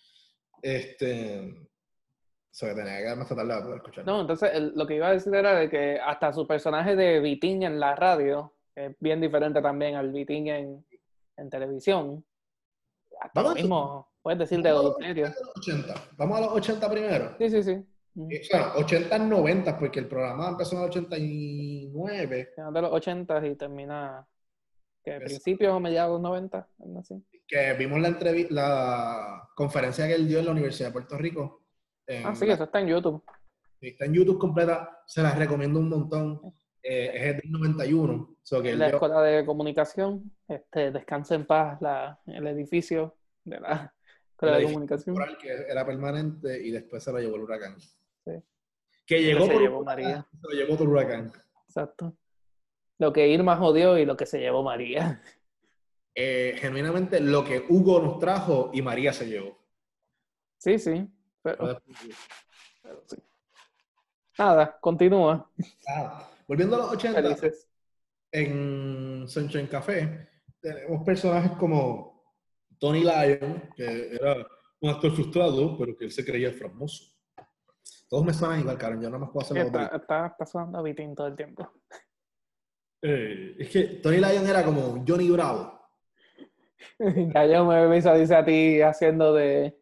Eso que tenía que quedarme hasta tarde para poder escucharlo. No, entonces lo que iba a decir era de que hasta su personaje de Vitín en la radio es bien diferente también al Vitín en televisión. Hasta lo Vamos, mismo, puedes decir de vamos a los Deuterio. 80. Vamos a los 80 primero. Sí, sí, sí. Bueno, 80 90, porque el programa empezó en el 89. Final de los 80 y termina que principios o mediados 90, algo así. Que vimos la conferencia que él dio en la Universidad de Puerto Rico. Sí, eso está en YouTube. Está en YouTube completa, se las recomiendo un montón. Es del 91. En la Escuela de Comunicación, descansa en paz el edificio de la Escuela de Comunicación. Que era permanente y después se lo llevó el huracán. Sí. Que llegó se por llevó huracán, María. se lo llevó por huracán. Exacto. Lo que Irma jodió y lo que se llevó María. Genuinamente lo que Hugo nos trajo y María se llevó. Sí, sí. Pero sí. Nada, continúa. Volviendo a los 80, Felices. en Sunshine Café tenemos personajes como Tony Lyon, que era un actor frustrado, pero que él se creía famoso. Todos me suenan igual, Karen. Yo no me puedo hacer la Está sonando a Vitín todo el tiempo. Es que Tony Lyon era como Johnny Bravo. Ya yo me visualizo a ti haciendo de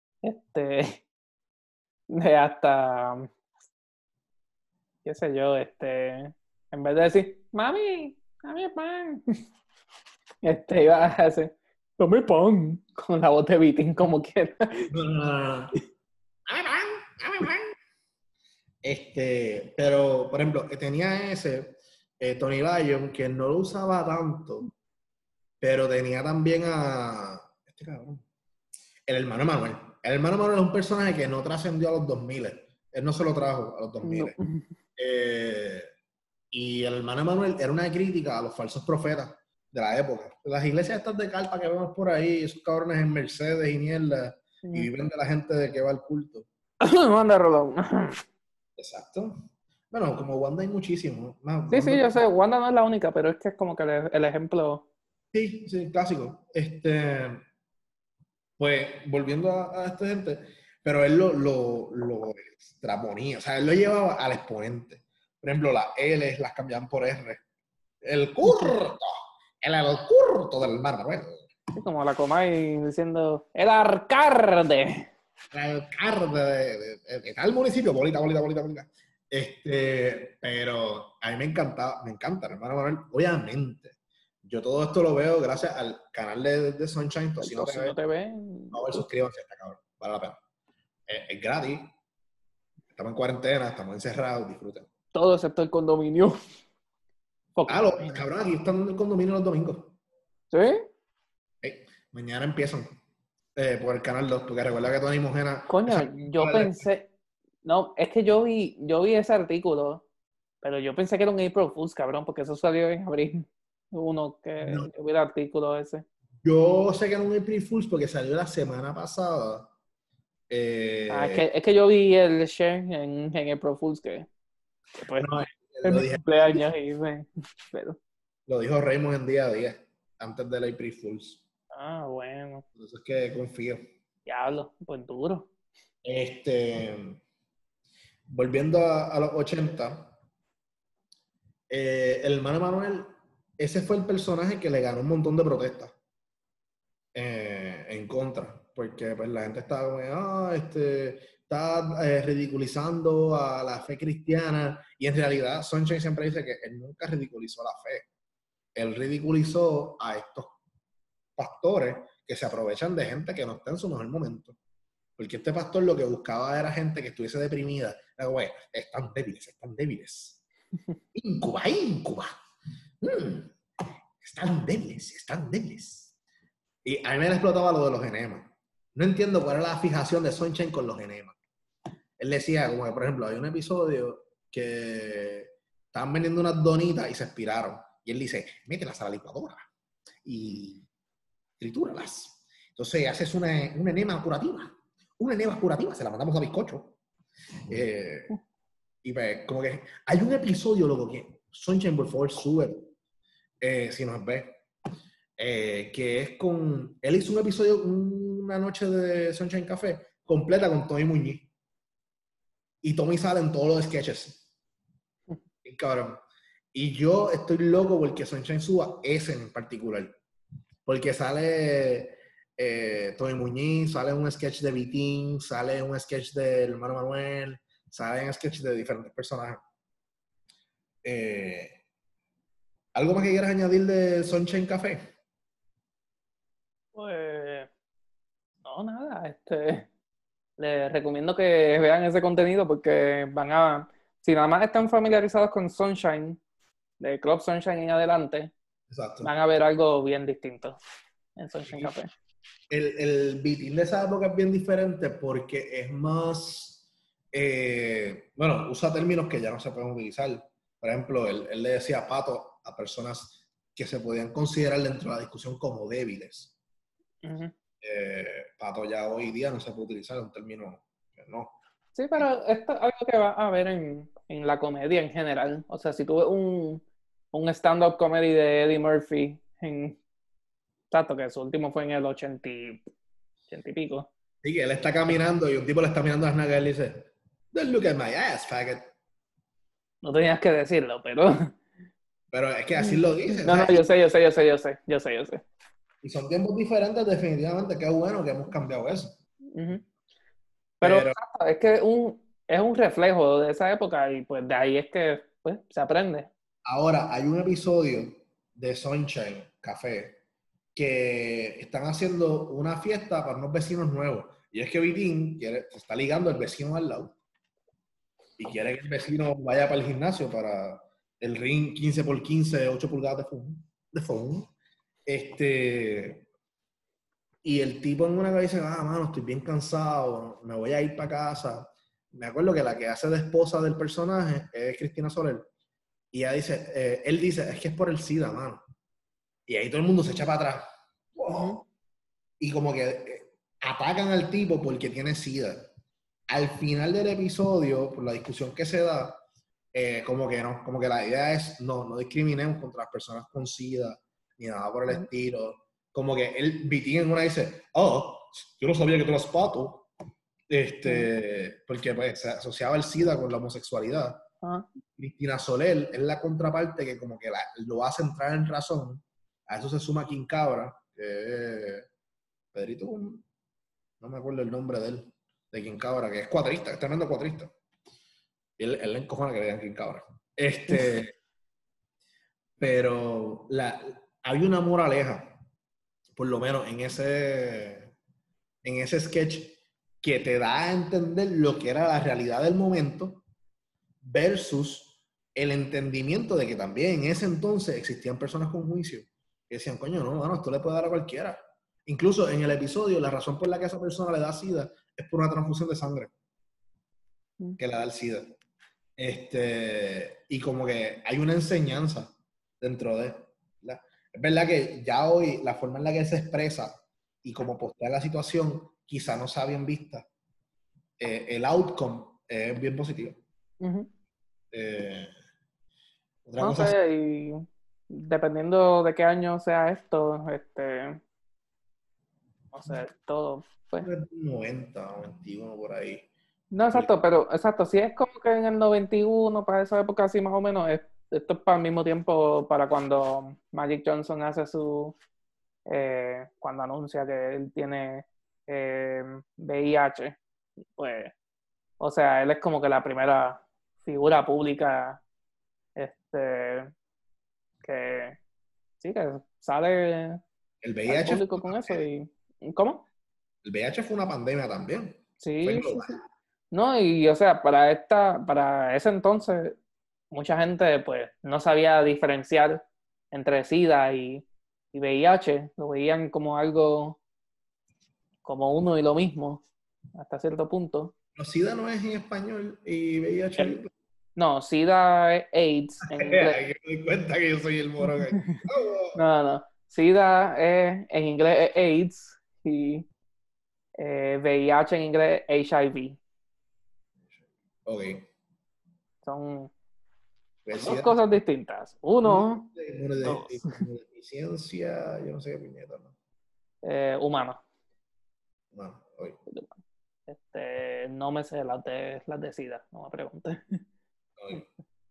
hasta, qué sé yo, en vez de decir, mami pan, iba a hacer, dame pan, con la voz de Vitín como quiera. No. Pero, por ejemplo, tenía ese Tony Lyon que no lo usaba tanto, pero tenía también a este cabrón, el hermano Manuel. El hermano Manuel es un personaje que no trascendió a los 2000. Él no se lo trajo a los 2000. No. Y el hermano Manuel era una crítica a los falsos profetas de la época. Las iglesias estas de carpa que vemos por ahí, esos cabrones en Mercedes y mierda, y viven de la gente de que va al culto. Manda, Rolón. Exacto. Bueno, como Wanda hay muchísimos. Sí, yo sé, Wanda no es la única, pero es que es como que el ejemplo. Sí, clásico. Pues, volviendo a esta gente, pero él lo extraponía, o sea, él lo llevaba al exponente. Por ejemplo, las L las cambiaban por R. El curto del mar, ¿no? Sí, como la Comay diciendo, el alcalde. El alcalde de tal municipio, bolita. Pero a mí me encanta, hermano Manuel. Obviamente, yo todo esto lo veo gracias al canal de Sunshine, Tocino TV. Por favor, suscríbanse a esta cabrón, vale la pena. Es gratis, estamos en cuarentena, estamos encerrados, disfruten. Todo excepto el condominio. Los cabrones aquí están en el condominio los domingos. ¿Sí? Mañana empiezan por el canal 2, porque recuerda que Tony Mojena... Coño, yo pensé... No, es que yo vi ese artículo, pero yo pensé que era un April Fools, cabrón, porque eso salió en abril. Yo vi el artículo ese. Yo sé que era un April Fools porque salió la semana pasada. Es que yo vi el share en April Fools que pues, en mi cumpleaños pero... Lo dijo Raymond en día a día, antes del April Fools. Bueno. Entonces es que confío. Diablo, pues duro. Volviendo a los 80, el hermano Manuel, ese fue el personaje que le ganó un montón de protestas en contra, porque pues la gente estaba como, está ridiculizando a la fe cristiana, y en realidad Sunshine siempre dice que él nunca ridiculizó la fe, él ridiculizó a estos pastores que se aprovechan de gente que no está en su mejor momento. Porque este pastor lo que buscaba era gente que estuviese deprimida. Era como, están débiles. Íncuba. están débiles, están débiles. Y a mí me explotaba lo de los enemas. No entiendo cuál era la fijación de Sunshine con los enemas. Él decía, como que, por ejemplo, hay un episodio que estaban vendiendo unas donitas y se expiraron. Y él dice, mételas a la licuadora y tritúralas. Entonces haces una enema curativa. Una enema curativa, se la mandamos a bizcocho. Y pues, como que hay un episodio, loco, que Sunshine, por favor, sube, si nos ve, que es con... Él hizo un episodio, una noche de Sunshine Café, completa con Tommy Muñiz. Y Tommy sale en todos los sketches. Y cabrón. Y yo estoy loco porque Sunshine suba ese en particular. Porque sale Tommy Muñiz, sale un sketch de Vitín, sale un sketch del hermano Manuel, sale un sketch de diferentes personajes. ¿Algo más que quieras añadir de Sunshine Café? Pues, no, nada, les recomiendo que vean ese contenido porque si nada más están familiarizados con Sunshine, de Club Sunshine en adelante, Exacto. van a ver algo bien distinto en Sunshine Café. El Vitín de esa época es bien diferente porque es más, bueno, usa términos que ya no se pueden utilizar. Por ejemplo, él le decía pato a personas que se podían considerar dentro de la discusión como débiles. Uh-huh. Pato ya hoy día no se puede utilizar, un término que no. Sí, pero esto es algo que va a ver en la comedia en general. O sea, si tú ves un stand-up comedy de Eddie Murphy, tanto que su último fue en el 80 y pico. Sí, que él está caminando y un tipo le está mirando las nalgas y él dice, don't look at my ass, faggot. No tenías que decirlo, pero... Pero es que así lo dice. No, no, yo sé. Y son tiempos diferentes, definitivamente. Qué bueno que hemos cambiado eso. Uh-huh. Pero es que es un reflejo de esa época y pues de ahí es que pues, se aprende. Ahora, hay un episodio de Sunshine Café que están haciendo una fiesta para unos vecinos nuevos. Y es que Vitín se está ligando al vecino al lado. Y quiere que el vecino vaya para el gimnasio para el ring 15x15, 8 pulgadas de foam. Y el tipo en una vez dice, mano, estoy bien cansado, me voy a ir para casa. Me acuerdo que la que hace de esposa del personaje es Cristina Soler. Y ella dice, él dice, es que es por el SIDA, mano. Y ahí todo el mundo se echa para atrás. ¡Wow! Uh-huh. Y como que atacan al tipo porque tiene SIDA. Al final del episodio, por la discusión que se da, como que no, como que la idea es, no discriminemos contra las personas con SIDA, ni nada por el estilo. Como que él, Vitín en una dice, yo no sabía que tú eras pato, porque pues, se asociaba el SIDA con la homosexualidad. Cristina Soler es la contraparte que como que lo hace entrar en razón. A eso se suma King Cabra, que Pedrito, no me acuerdo el nombre de él, de King Cabra, que es cuatrista, es tremendo cuatrista. Y él le encojona que le digan King Cabra. Pero hay una moraleja, por lo menos en ese sketch, que te da a entender lo que era la realidad del momento versus el entendimiento de que también en ese entonces existían personas con juicio que decían, coño, no, esto le puede dar a cualquiera. Incluso en el episodio, la razón por la que esa persona le da SIDA es por una transfusión de sangre que le da el SIDA. Y como que hay una enseñanza dentro de... Es verdad que ya hoy la forma en la que él se expresa y como postea la situación quizá no sea bien vista. El outcome es bien positivo. Uh-huh. Otra no cosa sé, y dependiendo de qué año sea esto, no sé, todo, pues. 90, 91 por ahí. No, exacto, si es como que en el 91, para esa época así más o menos, esto es para el mismo tiempo para cuando Magic Johnson hace cuando anuncia que él tiene VIH, pues, o sea, él es como que la primera figura pública, que sí, que sale el al VIH público con eso y... ¿Cómo? El VIH fue una pandemia también. Sí. No, y o sea, para ese entonces, mucha gente pues no sabía diferenciar entre SIDA y VIH, lo veían como algo, como uno y lo mismo, hasta cierto punto. No, SIDA no es en español y VIH en inglés. No, SIDA es AIDS en inglés. Ahí me doy cuenta que yo soy el morón aquí. Oh. No, no. SIDA es, en inglés es AIDS y VIH en inglés es HIV. Ok. Son dos Obesidad, cosas distintas. Uno, dos. inmunodeficiencia, yo no sé qué puñeta, ¿no? Humano. Bueno, oye. No me sé las de SIDA, no me preguntes. Oye.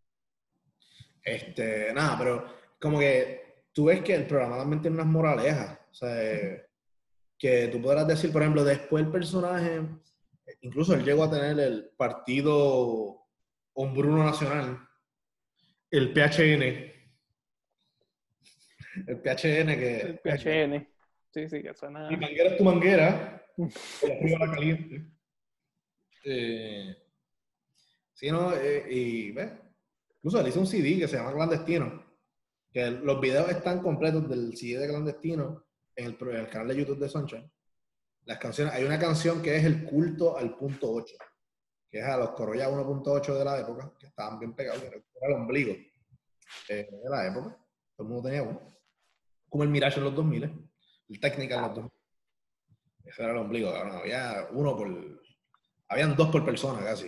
Nada, pero como que tú ves que el programa también tiene unas moralejas. O sea, que tú podrás decir, por ejemplo, después el personaje, incluso él llegó a tener el partido hombruno nacional, el PHN. El PHN El que PHN. Sí, sí, que mi suena. manguera es tu manguera, y arriba la caliente. Eh, sí, ¿no? Y ves, incluso él hizo un CD que se llama Clandestino, que los videos están completos del CD de Clandestino en el canal de YouTube de Sunshine. Las canciones, hay una canción que es El culto al punto 8, que es a los Corolla 1.8 de la época, que estaban bien pegados, que era el ombligo de la época. Todo el mundo tenía uno. Como el Mirage en los 2000, el Technical en los 2000. Ese era el ombligo, cabrón. Habían dos por persona casi.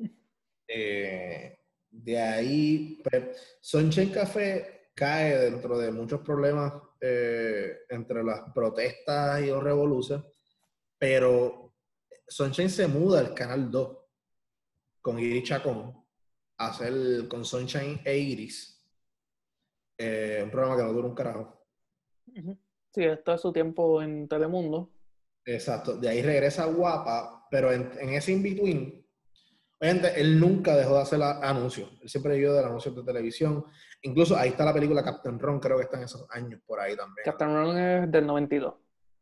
De ahí, pues, Sunshine Café cae dentro de muchos problemas entre las protestas y los revoluciones, pero Sunshine se muda al Canal 2 con Iris Chacón a hacer con Sunshine e Iris, un programa que no dura un carajo. Sí, esto es su tiempo en Telemundo. Exacto, de ahí regresa Guapa, pero en ese in-between, obviamente, él nunca dejó de hacer anuncios. Él siempre vivió de anuncios de televisión. Incluso ahí está la película Captain Ron, creo que está en esos años por ahí también. Captain Ron es del 92.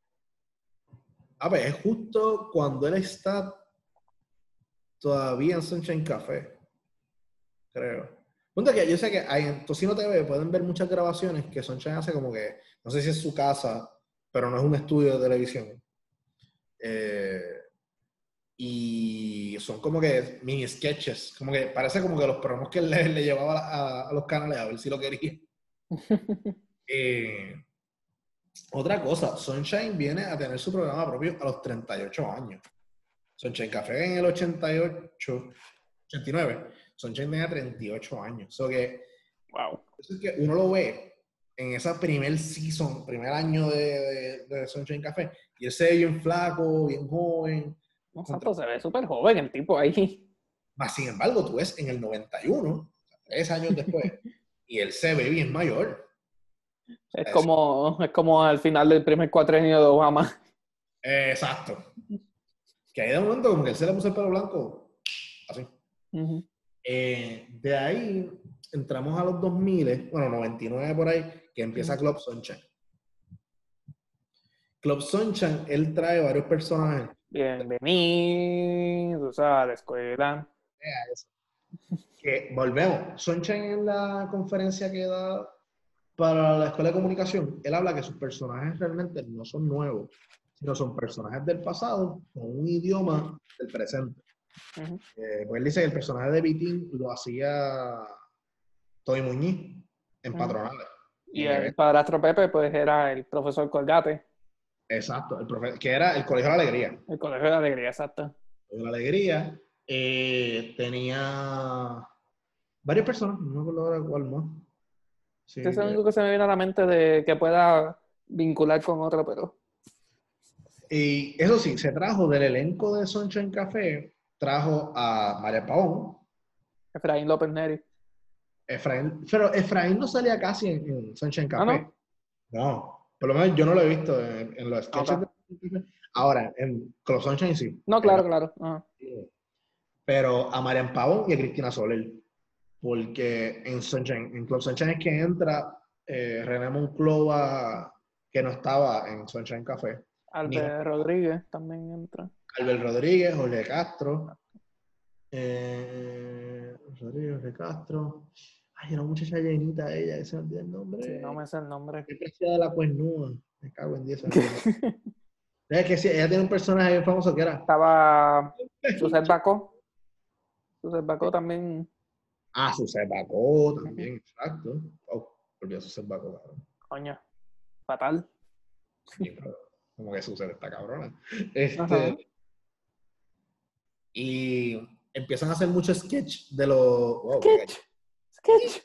A ver, es justo cuando él está todavía en Sunshine Café, creo. Punto que yo sé que hay en Tocino TV pueden ver muchas grabaciones que Sunshine hace como que, no sé si es su casa, pero no es un estudio de televisión. Eh, y son como que mini sketches, como que parece como que los promos que él le llevaba a los canales a ver si lo quería. Eh, Otra cosa, Sunshine viene a tener su programa propio a los 38 años. Sunshine Café en el 88, 89. Sunshine tenía 38 años. Wow. Eso es que uno lo ve en esa primer season, primer año de Sunshine Café, y él se ve bien flaco, bien joven. No, santo, se ve súper joven el tipo ahí. Más sin embargo, tú ves en el 91, 3 años después, y él se ve bien mayor. Es como al final del primer cuatrenio de Obama. Exacto. Que ahí de momento como que él se le puso el pelo blanco, así. De ahí entramos a los 2000, bueno, 99 por ahí, que empieza Club Sunshine. Club Sunshine, él trae varios personajes. Bienvenidos a la escuela. Eso. Que volvemos. Sunshine en la conferencia que da para la escuela de comunicación, él habla que sus personajes realmente no son nuevos, sino son personajes del pasado con un idioma del presente. Pues él dice que el personaje de Vitín lo hacía Tony Muñiz en Patronales. Y el padrastro Pepe, pues era el profesor Colgate. Exacto, que era el Colegio de la Alegría. El colegio de la alegría, exacto. El Colegio de la Alegría tenía varias personas, no me acuerdo ahora cuál más. Sí, Este es lo único que se me viene a la mente de que pueda vincular con otro, pero y eso sí, se trajo del elenco de Sunshine Café, trajo a María Pavón, Efraín López Neri. Efraín, pero Efraín no salía casi en Sunshine Ah, Café. no. No, por lo menos yo no lo he visto en los No, sketches de Sunshine Café. Ahora, en Club Sunshine sí. no, claro, claro. Ajá. Pero a Marian Pavón y a Cristina Soler. Porque en Club Sunshine es que entra René Monclova, que no estaba en Sunshine Café. Albert Rodríguez también entra. Albert Rodríguez, Jorge Castro. Rodríguez, Jorge Castro. Ay, era una muchacha llenita ella, ese me olvidó el nombre. Sí, no me sé el nombre. Qué preciosa de la cuernúa. Me cago en 10. Es que sí, ella tiene un personaje bien famoso que era. Estaba Suzette Bacó. Suzette Bacó también. Ah, Suset Bacó también, exacto. Oh, olvidé Suset Bacó, cabrón. Coño, fatal. Bien, cabrón. Como que Suset está cabrona. Ajá. Y empiezan a hacer mucho sketch de los. Wow, qué Sketch. Sketch.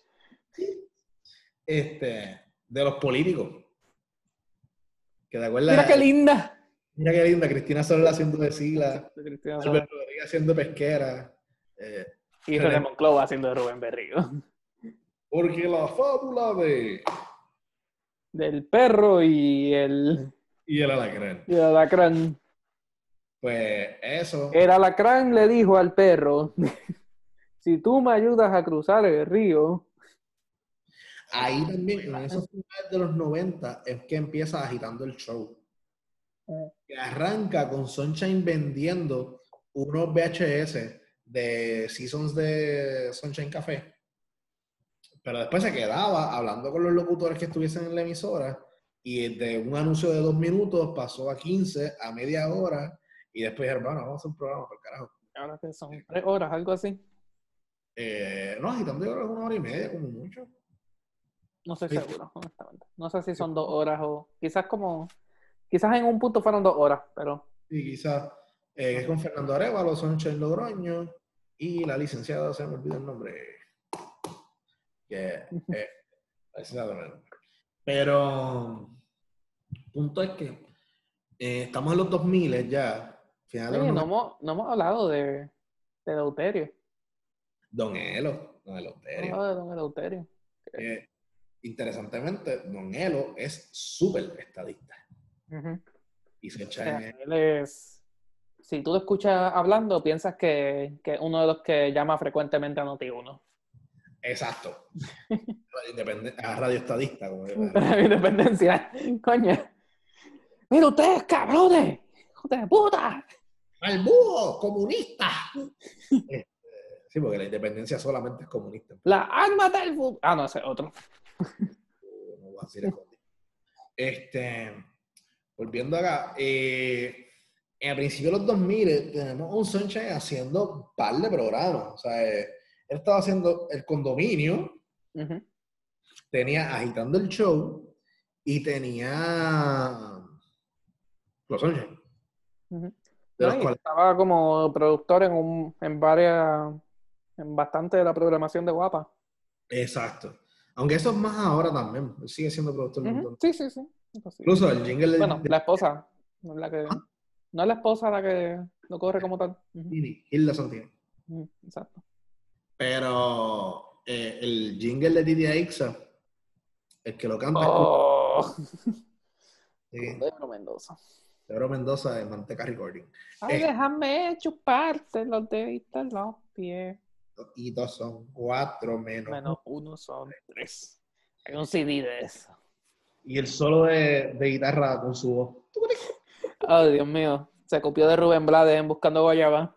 de los políticos. Que de Mira qué acuerdas. linda. Mira qué linda, Cristina Soler haciendo de sigla, Exacto, Cristina Soler. Alberto Rodríguez haciendo pesquera. Eh, Y René Monclova haciendo de Rubén Berrío. Porque la fábula de. Del perro y el Alacrán. alacrán. Pues eso. El alacrán le dijo al perro, si tú me ayudas a cruzar el río. Ahí también, en esos finales de los 90, es que empieza agitando el show. Que arranca con Sunshine vendiendo unos VHS de Seasons de Sunshine Café. Pero después se quedaba hablando con los locutores que estuviesen en la emisora y de un anuncio de 2 minutos pasó a 15, a media hora y después dijeron, bueno, vamos a hacer un programa, por carajo. Ahora que son 3 horas, algo así. No, agitando yo creo que 1 hora y media, como mucho. No estoy Sí. seguro, honestamente. No sé si son 2 horas o quizás en un punto fueron 2 horas, pero Sí, quizás. Es con Fernando Arévalo, Sunshine Logroño y la licenciada, se me olvida el nombre. Que, la licenciada no. Pero, punto es que estamos en los 2000 ya, final de los oye, 90. no hemos hablado de Eleuterio. Don Elo, No hemos Eleuterio. hablado de don Eleuterio. Interesantemente, Don Elo es súper estadista. Uh-huh. Y se O echa sea, en. él es, si tú lo escuchas hablando, piensas que es uno de los que llama frecuentemente a Noti1. Exacto. Radio estadista, como yo. Para mi independencia. Coño. ¡Mira ustedes, cabrones! ¡Hijos de puta! ¡Malbúo! ¡Comunista! Sí, porque la independencia solamente es comunista. ¡La arma del fútbol! Ah, no, ese es otro. No voy a decir volviendo acá, a principios de los 2000 tenemos un Sunshine haciendo un par de programas. O sea, él estaba haciendo el condominio, Uh-huh. tenía agitando el show y tenía los Sunshine. Uh-huh. De No, los y cuales. estaba como productor en bastante de la programación de Guapa. Exacto. Aunque eso es más ahora también. Él sigue siendo productor de un Uh-huh. montón. Sí, sí, sí. Incluso el jingle Bueno, de la esposa. No es la esposa la que lo corre como tal. Uh-huh. Hilda Santini. Uh-huh. Exacto. Pero el jingle de Didi Aixa, el que lo canta Oh. es Con Pedro Mendoza. Pedro Mendoza de Manteca Recording. Ay, déjame chuparte los deditos en los pies. Y 2 son 4 menos. Menos 1 son 3. Hay un CD de eso. Y el solo de guitarra con su voz. Ay, Dios mío. Se copió de Rubén Blades en Buscando Guayaba.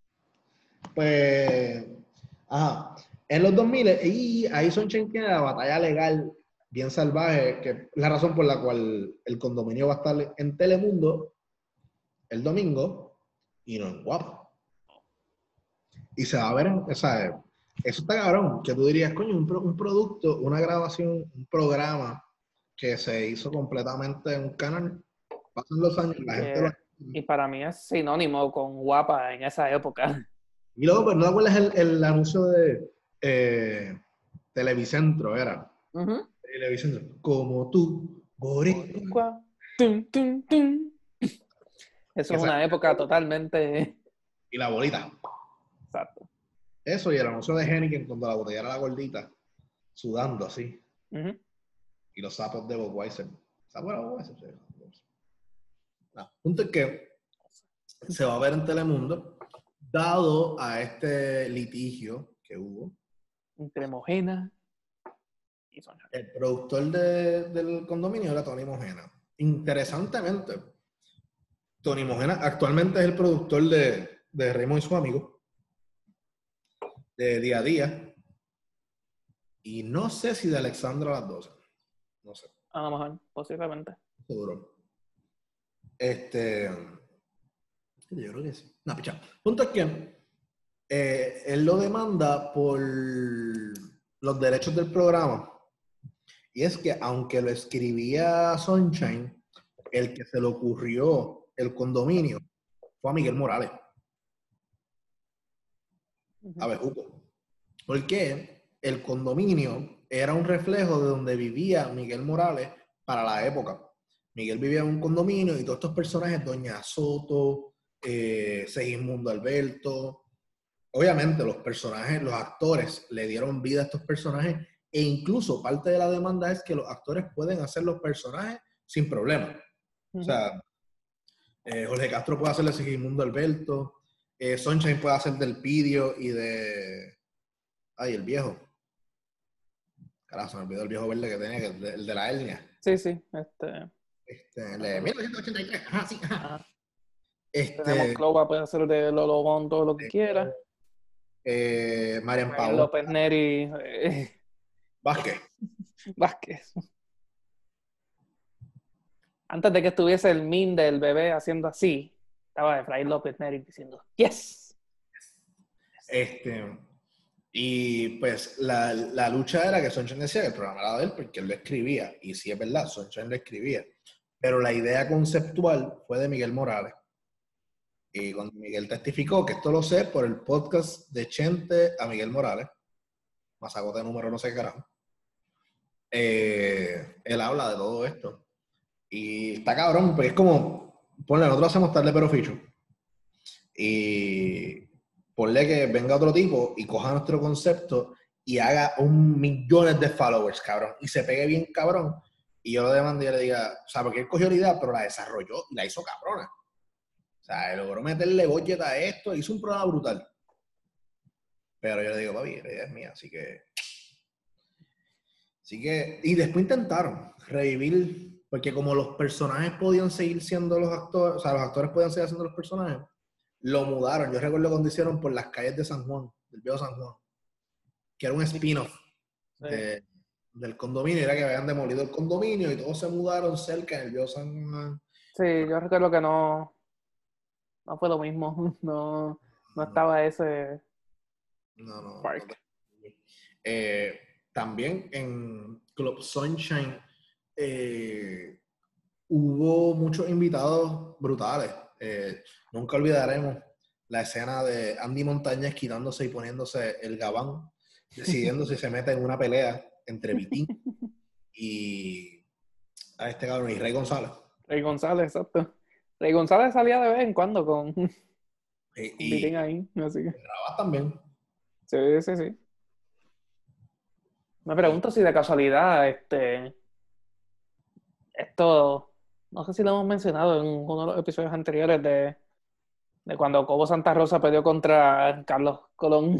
Pues, ajá. En los 2000, y ahí Sunshine tiene la batalla legal bien salvaje, que es la razón por la cual el condominio va a estar en Telemundo el domingo y no en Guapa. Y se va a ver, o sea, eso está cabrón, que tú dirías, coño, un producto, una grabación, un programa que se hizo completamente en un canal, pasan los años, la gente lo. Y para mí es sinónimo con Guapa en esa época. Y luego, pues, ¿no te acuerdas el anuncio de Televicentro? Era. Uh-huh. Televicentro. Como tú, boricua. Tum, tum, tum. Eso es una época totalmente. Y la bolita. Exacto. Eso y el anuncio de Heineken cuando la botella era la gordita, sudando así. Uh-huh. Y los sapos de Budweiser. ¿Sapos de Budweiser? Sí. No. Punto es que se va a ver en Telemundo, dado a este litigio que hubo. Entre Mojena y Sunshine. El productor del condominio era Tony Mojena. Interesantemente, Tony Mojena actualmente es el productor de Raymond y su amigo, de Día a Día. Y no sé si de Alexandra a las 12. No sé. A lo mejor, posiblemente. Seguro. Yo creo que sí. No, picha. Punto es que él lo demanda por los derechos del programa. Y es que aunque lo escribía Sunshine, el que se le ocurrió el condominio fue a Miguel Morales. A ver, Hugo. Porque el condominio era un reflejo de donde vivía Miguel Morales para la época. Miguel vivía en un condominio y todos estos personajes, Doña Soto, Segismundo Alberto, obviamente los personajes, los actores le dieron vida a estos personajes e incluso parte de la demanda es que los actores pueden hacer los personajes sin problema. O sea, Jorge Castro puede hacerle Segismundo Alberto, Sunshine puede hacer del Pidio y de... Ay, el viejo. Carajo, se me olvidó el viejo verde que tenía, que el de la hernia. Sí, sí. El de 1983. Ajá, sí, ajá. Tenemos Clova, puede hacer de Lolo Bon todo lo que quiera. Marian Ryan Pavón López Neri. Vázquez. Vázquez. Antes de que estuviese el min del bebé haciendo así, estaba Efraín López Neri diciendo ¡Yes! Y pues la lucha era que Sunshine decía que el programa era de él porque él lo escribía. Y sí es verdad, Sunshine lo escribía. Pero la idea conceptual fue de Miguel Morales. Y cuando Miguel testificó, que esto lo sé por el podcast de Chente a Miguel Morales, Mazacote número no sé qué carajo, él habla de todo esto. Y está cabrón, porque es como, ponle, nosotros hacemos tarde pero ficho. Y ponle que venga otro tipo y coja nuestro concepto y haga millones de followers, cabrón, y se pegue bien cabrón. Y yo lo demando y yo le diga, o sea, porque él cogió la idea, pero la desarrolló y la hizo cabrona. O sea, él logró meterle budget a esto, hizo un programa brutal. Pero yo le digo, papi, la idea es mía, así que... Y después intentaron revivir, porque como los personajes podían seguir siendo los actores, o sea, los actores podían seguir siendo los personajes, lo mudaron. Yo recuerdo cuando hicieron por las calles de San Juan, del viejo San Juan, que era un spin-off del condominio, era que habían demolido el condominio y todos se mudaron cerca del viejo San Juan. Sí, yo recuerdo que no fue lo mismo. No estaba ese park. También en Club Sunshine hubo muchos invitados brutales. Nunca olvidaremos la escena de Andy Montañez quitándose y poniéndose el gabán, decidiendo si se mete en una pelea entre Vitín y a este cabrón y Rey González. Rey González, exacto. Rey González salía de vez en cuando con Vitín ahí. Así que. Rabas también. Sí. Me pregunto si de casualidad esto, no sé si lo hemos mencionado en uno de los episodios anteriores de cuando Cobo Santa Rosa peleó contra Carlos Colón.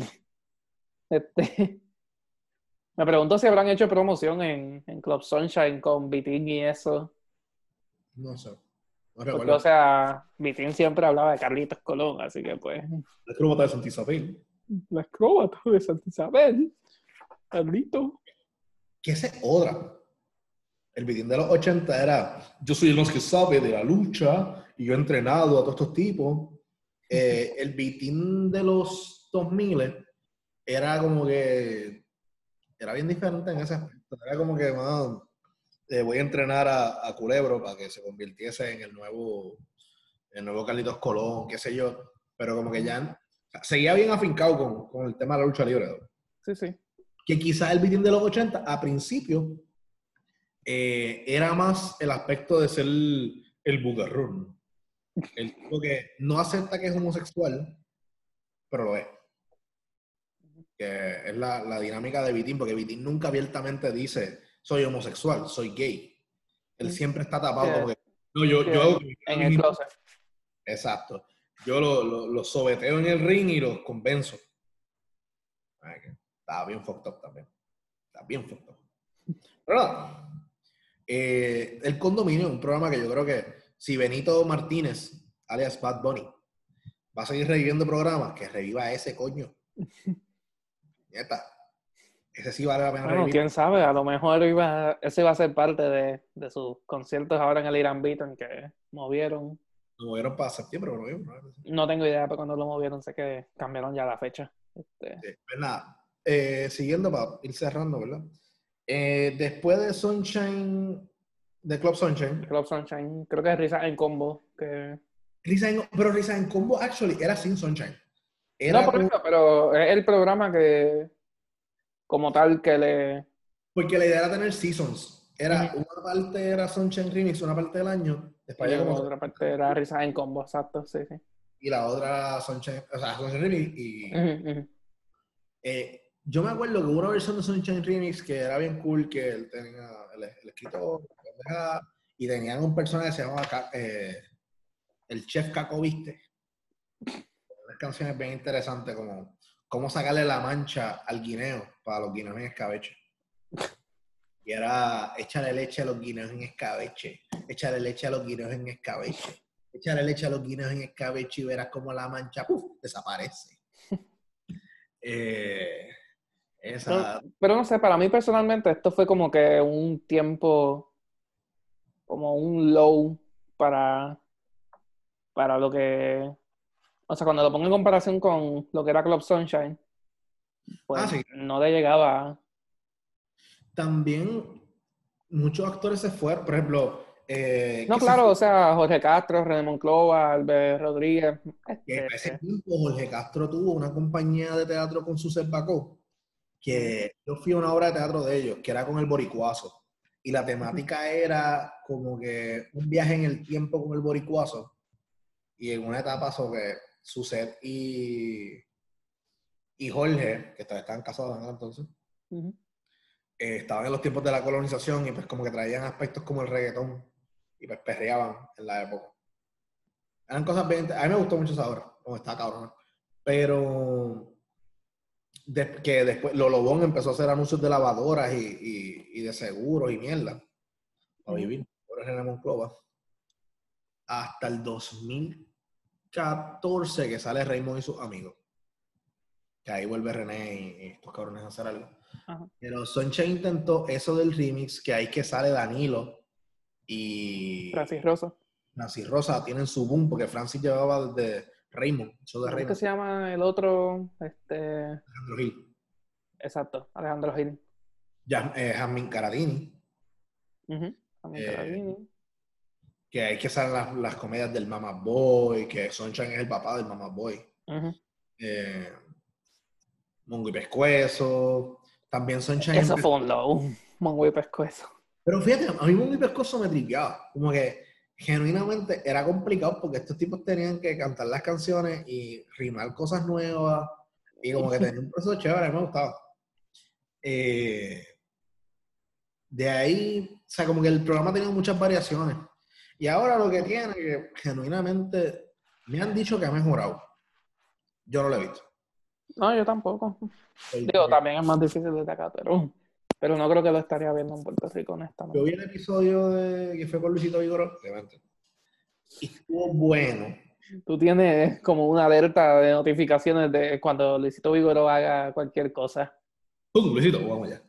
Me pregunto si habrán hecho promoción en Club Sunshine con Vitín y eso. No sé. No Porque, o sea, Vitín siempre hablaba de Carlitos Colón, así que pues... La acróbata de Santa Isabel. La acróbata de Santa Isabel. Carlito. ¿Qué es otra? El Vitín de los 80 era, yo soy el más que sabe de la lucha y yo he entrenado a todos estos tipos. El Vitín de los 2000 era como que, era bien diferente en ese aspecto. Era como que, voy a entrenar a Culebro para que se convirtiese en el nuevo Carlitos Colón, qué sé yo. Pero como que ya seguía bien afincado con el tema de la lucha libre, ¿no? Sí. Que quizás el Vitín de los 80, a principio, era más el aspecto de ser el bugarrón. El tipo que no acepta que es homosexual, pero lo es. Que es la dinámica de Vitín, porque Vitín nunca abiertamente dice, soy homosexual, soy gay. Él siempre está tapado como que, no, yo en el closet. Exacto. Yo lo sobeteo en el ring y los convenzo. Estaba bien fucked up también. Está bien fucked up. Pero no. El Condominio es un programa que yo creo que si Benito Martínez, alias Bad Bunny, va a seguir reviviendo programas, que reviva ese coño. Neta. ese sí vale la pena Bueno, revivir. quién sabe, a lo mejor ese iba a ser parte de sus conciertos ahora en el Irán Beaton que movieron. Lo movieron para septiembre, pero no vimos. No tengo idea para cuándo lo movieron, sé que cambiaron ya la fecha. Pues nada, siguiendo para ir cerrando, ¿verdad? Después de Sunshine, de Club Sunshine, Club Sunshine, creo que es Risa en Combo. Que... Pero Risa en Combo, actually, era sin Sunshine. No Era por eso, pero es el programa que, como tal, que le... porque la idea era tener seasons. Era, Ujú. una parte era Sunshine Remix, una parte del año, después Y había la como otra parte era Risa en Combo, exacto, sí, sí. y la otra Sunshine, o sea, Sunshine Remix. Y Ujú, ujú. yo me acuerdo que hubo una versión de Sunshine Remix que era bien cool, que él tenía el escritor, y tenían un personaje que se llamaba el Chef Caco Viste. Unas canciones bien interesantes como cómo sacarle la mancha al guineo para los guineos en escabeche. Y era échale leche a los guineos en escabeche, échale leche a los guineos en escabeche, échale leche a los guineos en escabeche y verás cómo la mancha ¡puf! Desaparece. Eh, esa... Pero no sé, para mí personalmente esto fue como que un tiempo, como un low para, para lo que... O sea, cuando lo pongo en comparación con lo que era Club Sunshine, pues sí. no le llegaba. También muchos actores se fueron, por ejemplo, No, ¿qué se claro, fue? o sea, Jorge Castro, René Monclova, Albert Rodríguez, Que para ese tiempo Jorge Castro tuvo una compañía de teatro con Suset Bacó, que yo fui a una obra de teatro de ellos, que era con el Boricuazo. Y la temática era como que un viaje en el tiempo con el Boricuazo. Y en una etapa sobre Suset y Jorge, que todavía estaban casados en aquel entonces, estaban en los tiempos de la colonización y pues como que traían aspectos como el reggaetón y pues perreaban en la época. Eran cosas bien... A mí me gustó mucho esa obra, como está cabrón. Pero que después Lolo Bon empezó a hacer anuncios de lavadoras y de seguros y mierda para vivir por René Monclova hasta el 2014 que sale Raymond y sus amigos, que ahí vuelve René y estos cabrones a hacer algo. Ajá. Pero Soncha intentó eso del remix, que ahí que sale Danilo y Francis Rosa. Francis Rosa tienen su boom porque Francis llevaba desde Raymond, el show de ¿Cómo es que Raymond, se llama el otro? Alejandro Gil, Exacto, Alejandro Gil. Jasmine Caradini, También eh, Caradini. que hay que salen las comedias del Mama Boy, que Sunshine es el papá del Mama Boy. Mongo y Pescuezo. También Sunshine Eso empezó. fue un low. Mongo y Pescuezo. Pero fíjate, a mí Mongo y Pescuezo me tripeaba. Como que genuinamente era complicado porque estos tipos tenían que cantar las canciones y rimar cosas nuevas. Y como que tenía un proceso chévere, a mí me gustaba. De ahí, o sea, como que el programa ha tenido muchas variaciones. Y ahora lo que tiene, que genuinamente me han dicho que ha mejorado. Yo no lo he visto. No, yo tampoco. Digo, también es más difícil desde acá, pero no creo que lo estaría viendo en Puerto Rico, Yo vi honestamente. el episodio que fue con Luisito Vigoró, obviamente, y estuvo bueno. Tú tienes como una alerta de notificaciones de cuando Luisito Vigoró haga cualquier cosa. ¡Pum! Luisito, vamos allá.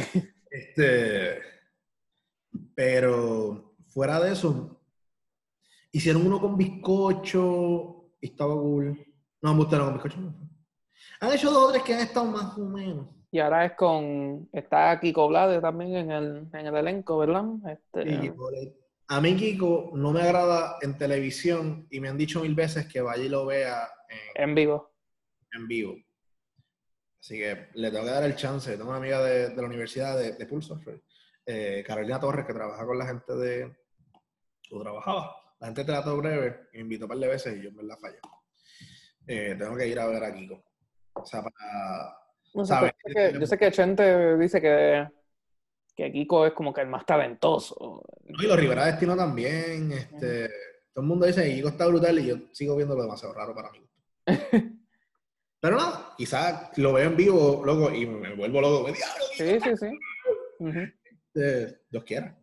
Pero fuera de eso, hicieron uno con bizcocho y estaba cool. No, me gustaron con bizcocho. No. Han hecho dos o tres que han estado más o menos. Y ahora es está Kiko Blade también en el elenco, ¿verdad? Sí, Kiko Blade. A mí Kiko no me agrada en televisión y me han dicho 1000 veces que vaya y lo vea En vivo. en vivo. Así que le tengo que dar el chance. Tengo una amiga de la universidad de Pulso, Carolina Torres, que trabaja con la gente o trabajaba, la gente de Teatro Breve, y me invitó un par de veces y yo en verdad fallé. Tengo que ir a ver a Kiko. O sea, para No sé, pero saber. yo sé que Chente dice que Kiko es como que el más talentoso. No, y los Rivera Destino también. Todo el mundo dice que Kiko está brutal y yo sigo viéndolo demasiado raro para mí. Pero nada, quizás lo veo en vivo, loco, y me vuelvo loco. ¡Diablo, Kiko! Sí, sí, sí. Dios quiera.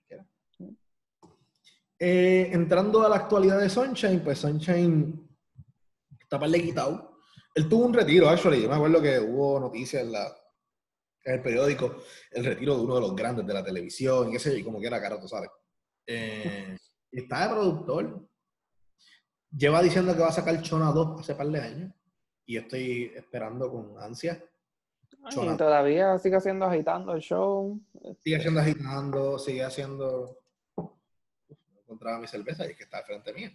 Entrando a la actualidad de Sunshine, pues Sunshine está par de quitado. Él tuvo un retiro, actually. Yo me acuerdo que hubo noticias en el periódico el retiro de uno de los grandes de la televisión, y qué sé yo, y como que era caro, tú sabes. Y está de productor. Lleva diciendo que va a sacar Chona 2 hace par de años. Y yo estoy esperando con ansia. Y todavía sigue haciendo agitando el show. Sigue haciendo agitando, sigue haciendo... No encontraba mi cerveza y es que está al frente mía.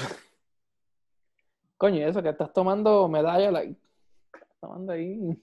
Coño, y eso que estás tomando medalla, like, estás tomando ahí.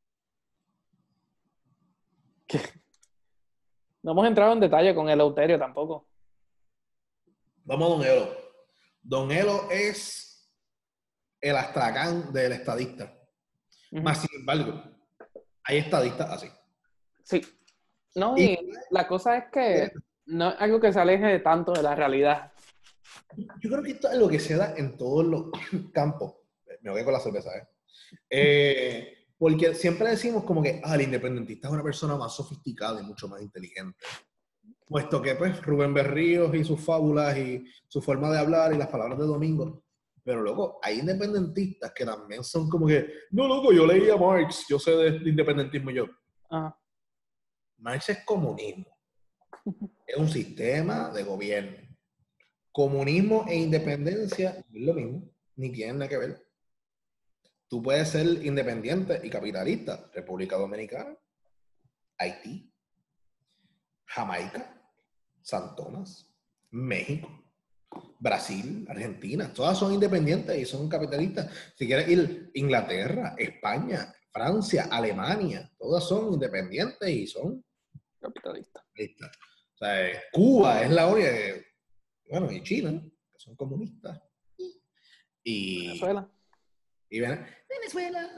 ¿Qué? No hemos entrado en detalle con el Eleuterio tampoco. Vamos a Don Elo. Don Elo es el astracán del estadista. Más sin embargo, hay estadistas así. Sí. No, y la cosa es que no es algo que se aleje tanto de la realidad. Yo creo que esto es lo que se da en todos los campos. Me voy con la cerveza, porque siempre decimos como que el independentista es una persona más sofisticada y mucho más inteligente. Puesto que pues Rubén Berríos y sus fábulas y su forma de hablar y las palabras de Domingo. Pero luego hay independentistas que también son como que, no, loco, yo leí a Marx, yo sé de independentismo yo. Ajá. Marx es comunismo. Es un sistema de gobierno. Comunismo e independencia no es lo mismo, ni tienen nada que ver. Tú puedes ser independiente y capitalista. República Dominicana, Haití, Jamaica, San Tomás, México, Brasil, Argentina. Todas son independientes y son capitalistas. Si quieres ir Inglaterra, España, Francia, Alemania, todas son independientes y son Capitalista. O sea, Cuba es la única que, bueno, y China, que son comunistas. Y Venezuela. Y Venezuela,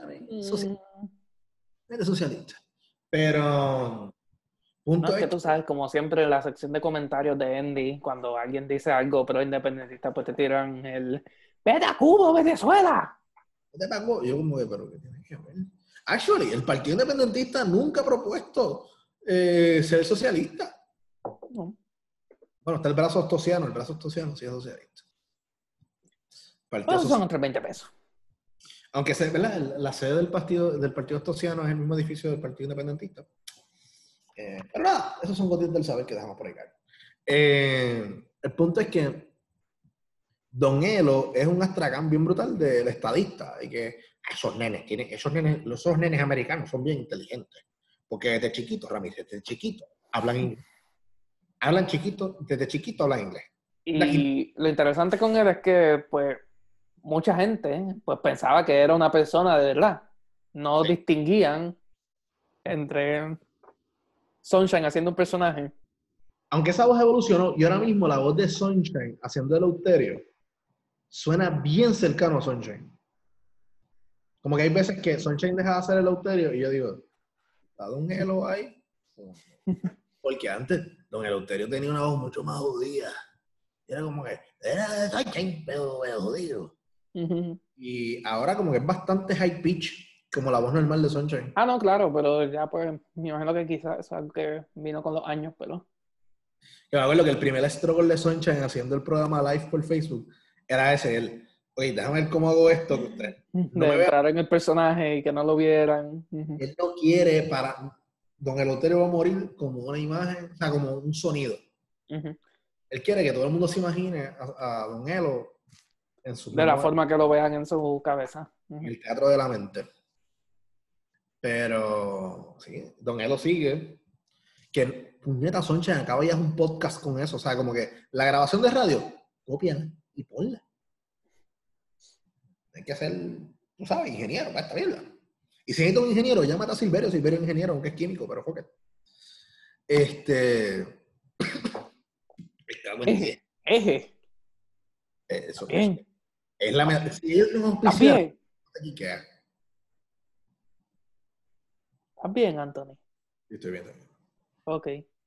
eres socialista. Pero, punto No, es que es tú sabes, como siempre, en la sección de comentarios de Andy, cuando alguien dice algo pro independentista, pues te tiran el ¡vete a Cuba, Venezuela! yo como que, pero ¿qué tiene que ver? Actually, el Partido Independentista nunca ha propuesto ser socialista. No. Bueno, está el brazo ostosiano sí es socialista. Pues son otros 20 pesos. Aunque ¿verdad? La sede del partido ostosiano es el mismo edificio del Partido Independentista. Pero nada, esos son gotitas del saber que dejamos por ahí caer. El punto es que Don Elo es un astracán bien brutal del estadista y que esos nenes americanos son bien inteligentes. Porque desde chiquito, Ramírez, desde chiquito hablan inglés. Desde chiquito hablan inglés. Y lo interesante con él es que, pues, mucha gente pues pensaba que era una persona de verdad. No distinguían entre Sunshine haciendo un personaje. Aunque esa voz evolucionó, y ahora mismo la voz de Sunshine haciendo Eleuterio suena bien cercano a Sunshine. Como que hay veces que Sunshine deja de hacer Eleuterio y yo digo, ¿está Don Elo ahí? Porque antes Don Eleuterio tenía una voz mucho más jodida. Era como que, era Sunshine, pero jodido. Y ahora como que es bastante high pitch, como la voz normal de Sunshine. No, claro, pero ya pues me imagino que quizás es algo que vino con los años, pero... Yo me acuerdo que el primer struggle de Sunshine haciendo el programa live por Facebook era ese, oye, déjame ver cómo hago esto. Que usted no de me entrar en el personaje y que no lo vieran. Él no quiere Don Eleuterio va a morir como una imagen, o sea, como un sonido. Él quiere que todo el mundo se imagine a Don Elo en su de la forma que lo vean en su cabeza. En el teatro de la mente. Pero, sí, Don Elo sigue. Que puñeta Soncha acaba ya un podcast con eso. O sea, como que la grabación de radio, cópiala y ponla. Hay que ser, tú sabes, ingeniero para esta mierda. Y si necesita un ingeniero, llámate a Silverio es ingeniero, aunque es químico, pero fuck it. Eje. Eso. Bien. Es la si ellos no También. aquí queda. ¿Estás bien, Anthony? Estoy bien también. Ok.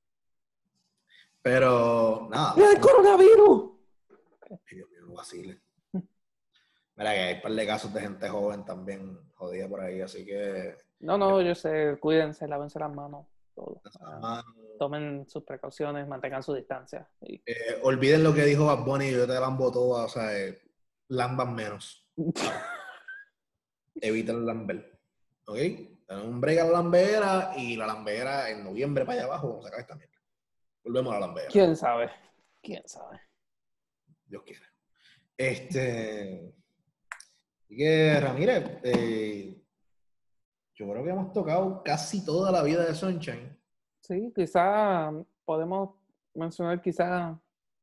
Pero, nada. ¡El coronavirus! Dios mío, no vacile. Mira que hay un par de casos de gente joven también jodida por ahí, así que... No, yo sé, cuídense, lávense las manos, todo. Tomen sus precauciones, mantengan su distancia. Olviden lo que dijo Bad Bunny, yo te lambo todo, o sea, lamban menos. Eviten el lamber, ¿ok? dan un break a la lambera y la lambera en noviembre para allá abajo, vamos a sacar esta mierda. Volvemos a la lambera. ¿Quién sabe? ¿Quién sabe? Dios quiera. Y que, Ramírez, yo creo que hemos tocado casi toda la vida de Sunshine. Sí, quizá podemos mencionar quizá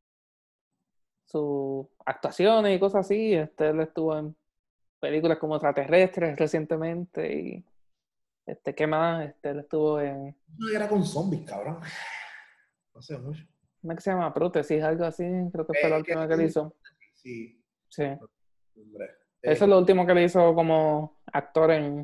sus actuaciones y cosas así. Él estuvo en películas como Extraterrestres recientemente y ¿qué más? Él estuvo en No era con zombies, cabrón. No sé mucho. ¿cómo es que se llama? Prótesis, algo así, creo que fue la última que le hizo. Sí, Sí. hombre. Eso es lo último que le hizo como actor en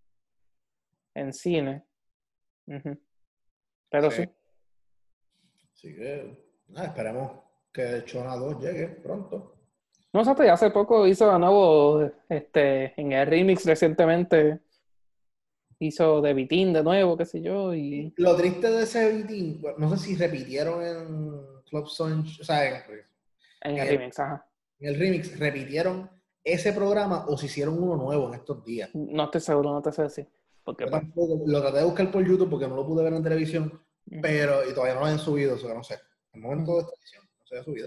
cine. Uh-huh. Pero sí. Así que, nada, esperemos que Chona 2 llegue pronto. No sé, ya hace poco hizo de nuevo, en el remix recientemente, hizo de Vitín de nuevo, qué sé yo, y Lo triste de ese beating, no sé si repitieron en Club Sunshine, o sea, en el remix, ajá. en el remix, repitieron ese programa o si hicieron uno nuevo en estos días. No estoy seguro, no te sé decir. Porque, Yo pues, tampoco, lo traté de buscar por YouTube porque no lo pude ver en televisión, pero, y todavía no lo habían subido, o sea, no sé. En el momento de esta edición, no se había subido.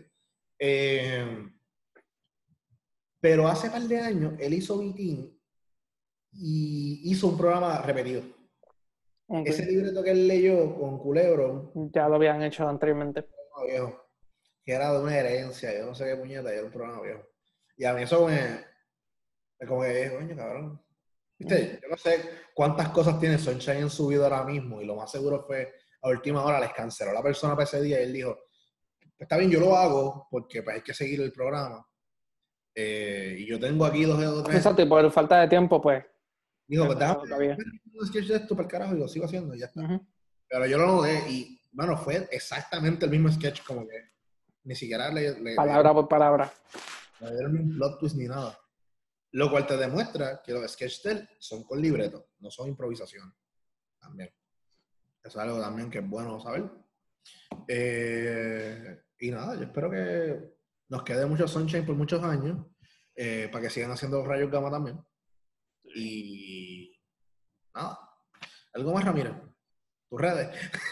Pero hace par de años, él hizo beating y hizo un programa repetido. okay. Ese libreto que él leyó con Culebro, Ya lo habían hecho anteriormente. viejo, que era de una herencia, yo no sé qué puñeta, y era un programa viejo. Y a mí eso como que, coño, cabrón. Viste, yo no sé cuántas cosas tiene Sunshine en su vida ahora mismo, y lo más seguro fue a última hora les canceló la persona para ese día y él dijo, está bien, yo lo hago porque pues, hay que seguir el programa. Y yo tengo aquí 2 o 3. Exacto, y por falta de tiempo, pues, Dijo, pues eso es déjame lo que había. ver un sketch de esto para el carajo y lo sigo haciendo y ya está. Uh-huh. Pero yo lo noté y, bueno, fue exactamente el mismo sketch, como que ni siquiera le Palabra por palabra. dieron un plot twist ni nada. Lo cual te demuestra que los sketches de él son con libreto, no son improvisación. También. Eso es algo también que es bueno saber. Y nada, yo espero que nos quede mucho Sunshine por muchos años, para que sigan haciendo los rayos gamma también. Y nada, algo más, Ramiro. Tus redes.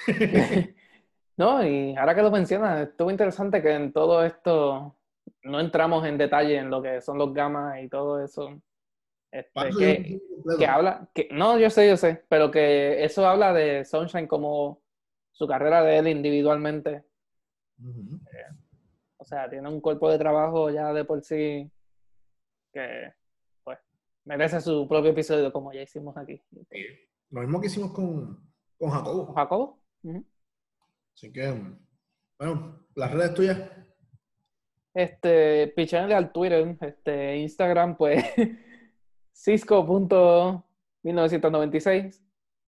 No, y ahora que lo mencionas, estuvo interesante que en todo esto no entramos en detalle en lo que son los gamas y todo eso. Que habla, no, yo sé, pero que eso habla de Sunshine como su carrera de él individualmente. Uh-huh. O sea, tiene un cuerpo de trabajo ya de por sí que, pues, merece su propio episodio como ya hicimos aquí. Sí. Lo mismo que hicimos con Jacobo. ¿Jacobo? Uh-huh. Así que, bueno, las redes tuyas. Pichenle al Twitter, Instagram, pues, Cisco.1996.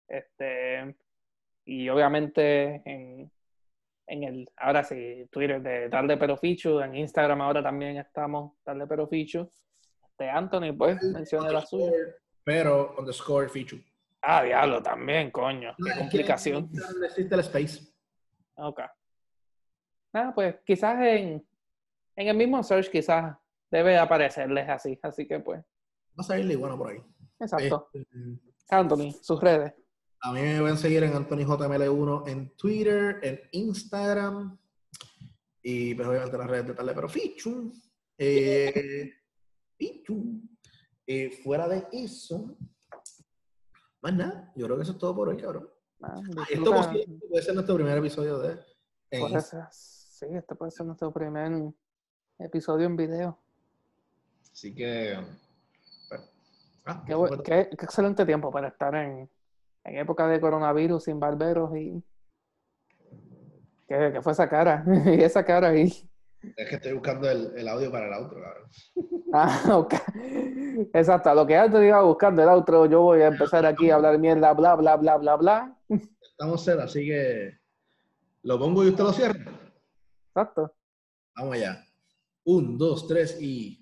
Y obviamente ahora sí, Twitter de Darle Pero Fichu, en Instagram ahora también estamos, Darle Pero Fichu. Anthony, pues, mencione la suya. Pero _ feature. Ah, diablo, también, coño, No, qué es que complicación. no existe el space. Ok. Nada, pues quizás en el mismo search quizás debe aparecerles así que pues. Va a salirle igual por ahí. Exacto. Anthony, sus redes. A mí me pueden seguir en AnthonyJML1 en Twitter, en Instagram y pues obviamente las redes de Darle Pero Fichu. Fuera de eso, más nada, yo creo que eso es todo por hoy, cabrón. Esto puede ser nuestro primer episodio de... Sí, este puede ser nuestro primer episodio en video. Así que... Bueno, qué excelente tiempo para estar en época de coronavirus sin barberos y... ¿Qué fue esa cara? Y esa cara ahí. Es que estoy buscando el audio para el outro, cabrón. Ok. Exacto, a lo que antes iba buscando el outro, yo voy a empezar aquí a hablar mierda, bla, bla, bla, bla, bla. Estamos set, así que lo pongo y usted lo cierra. Exacto. Vamos allá. 1, 2, 3 y...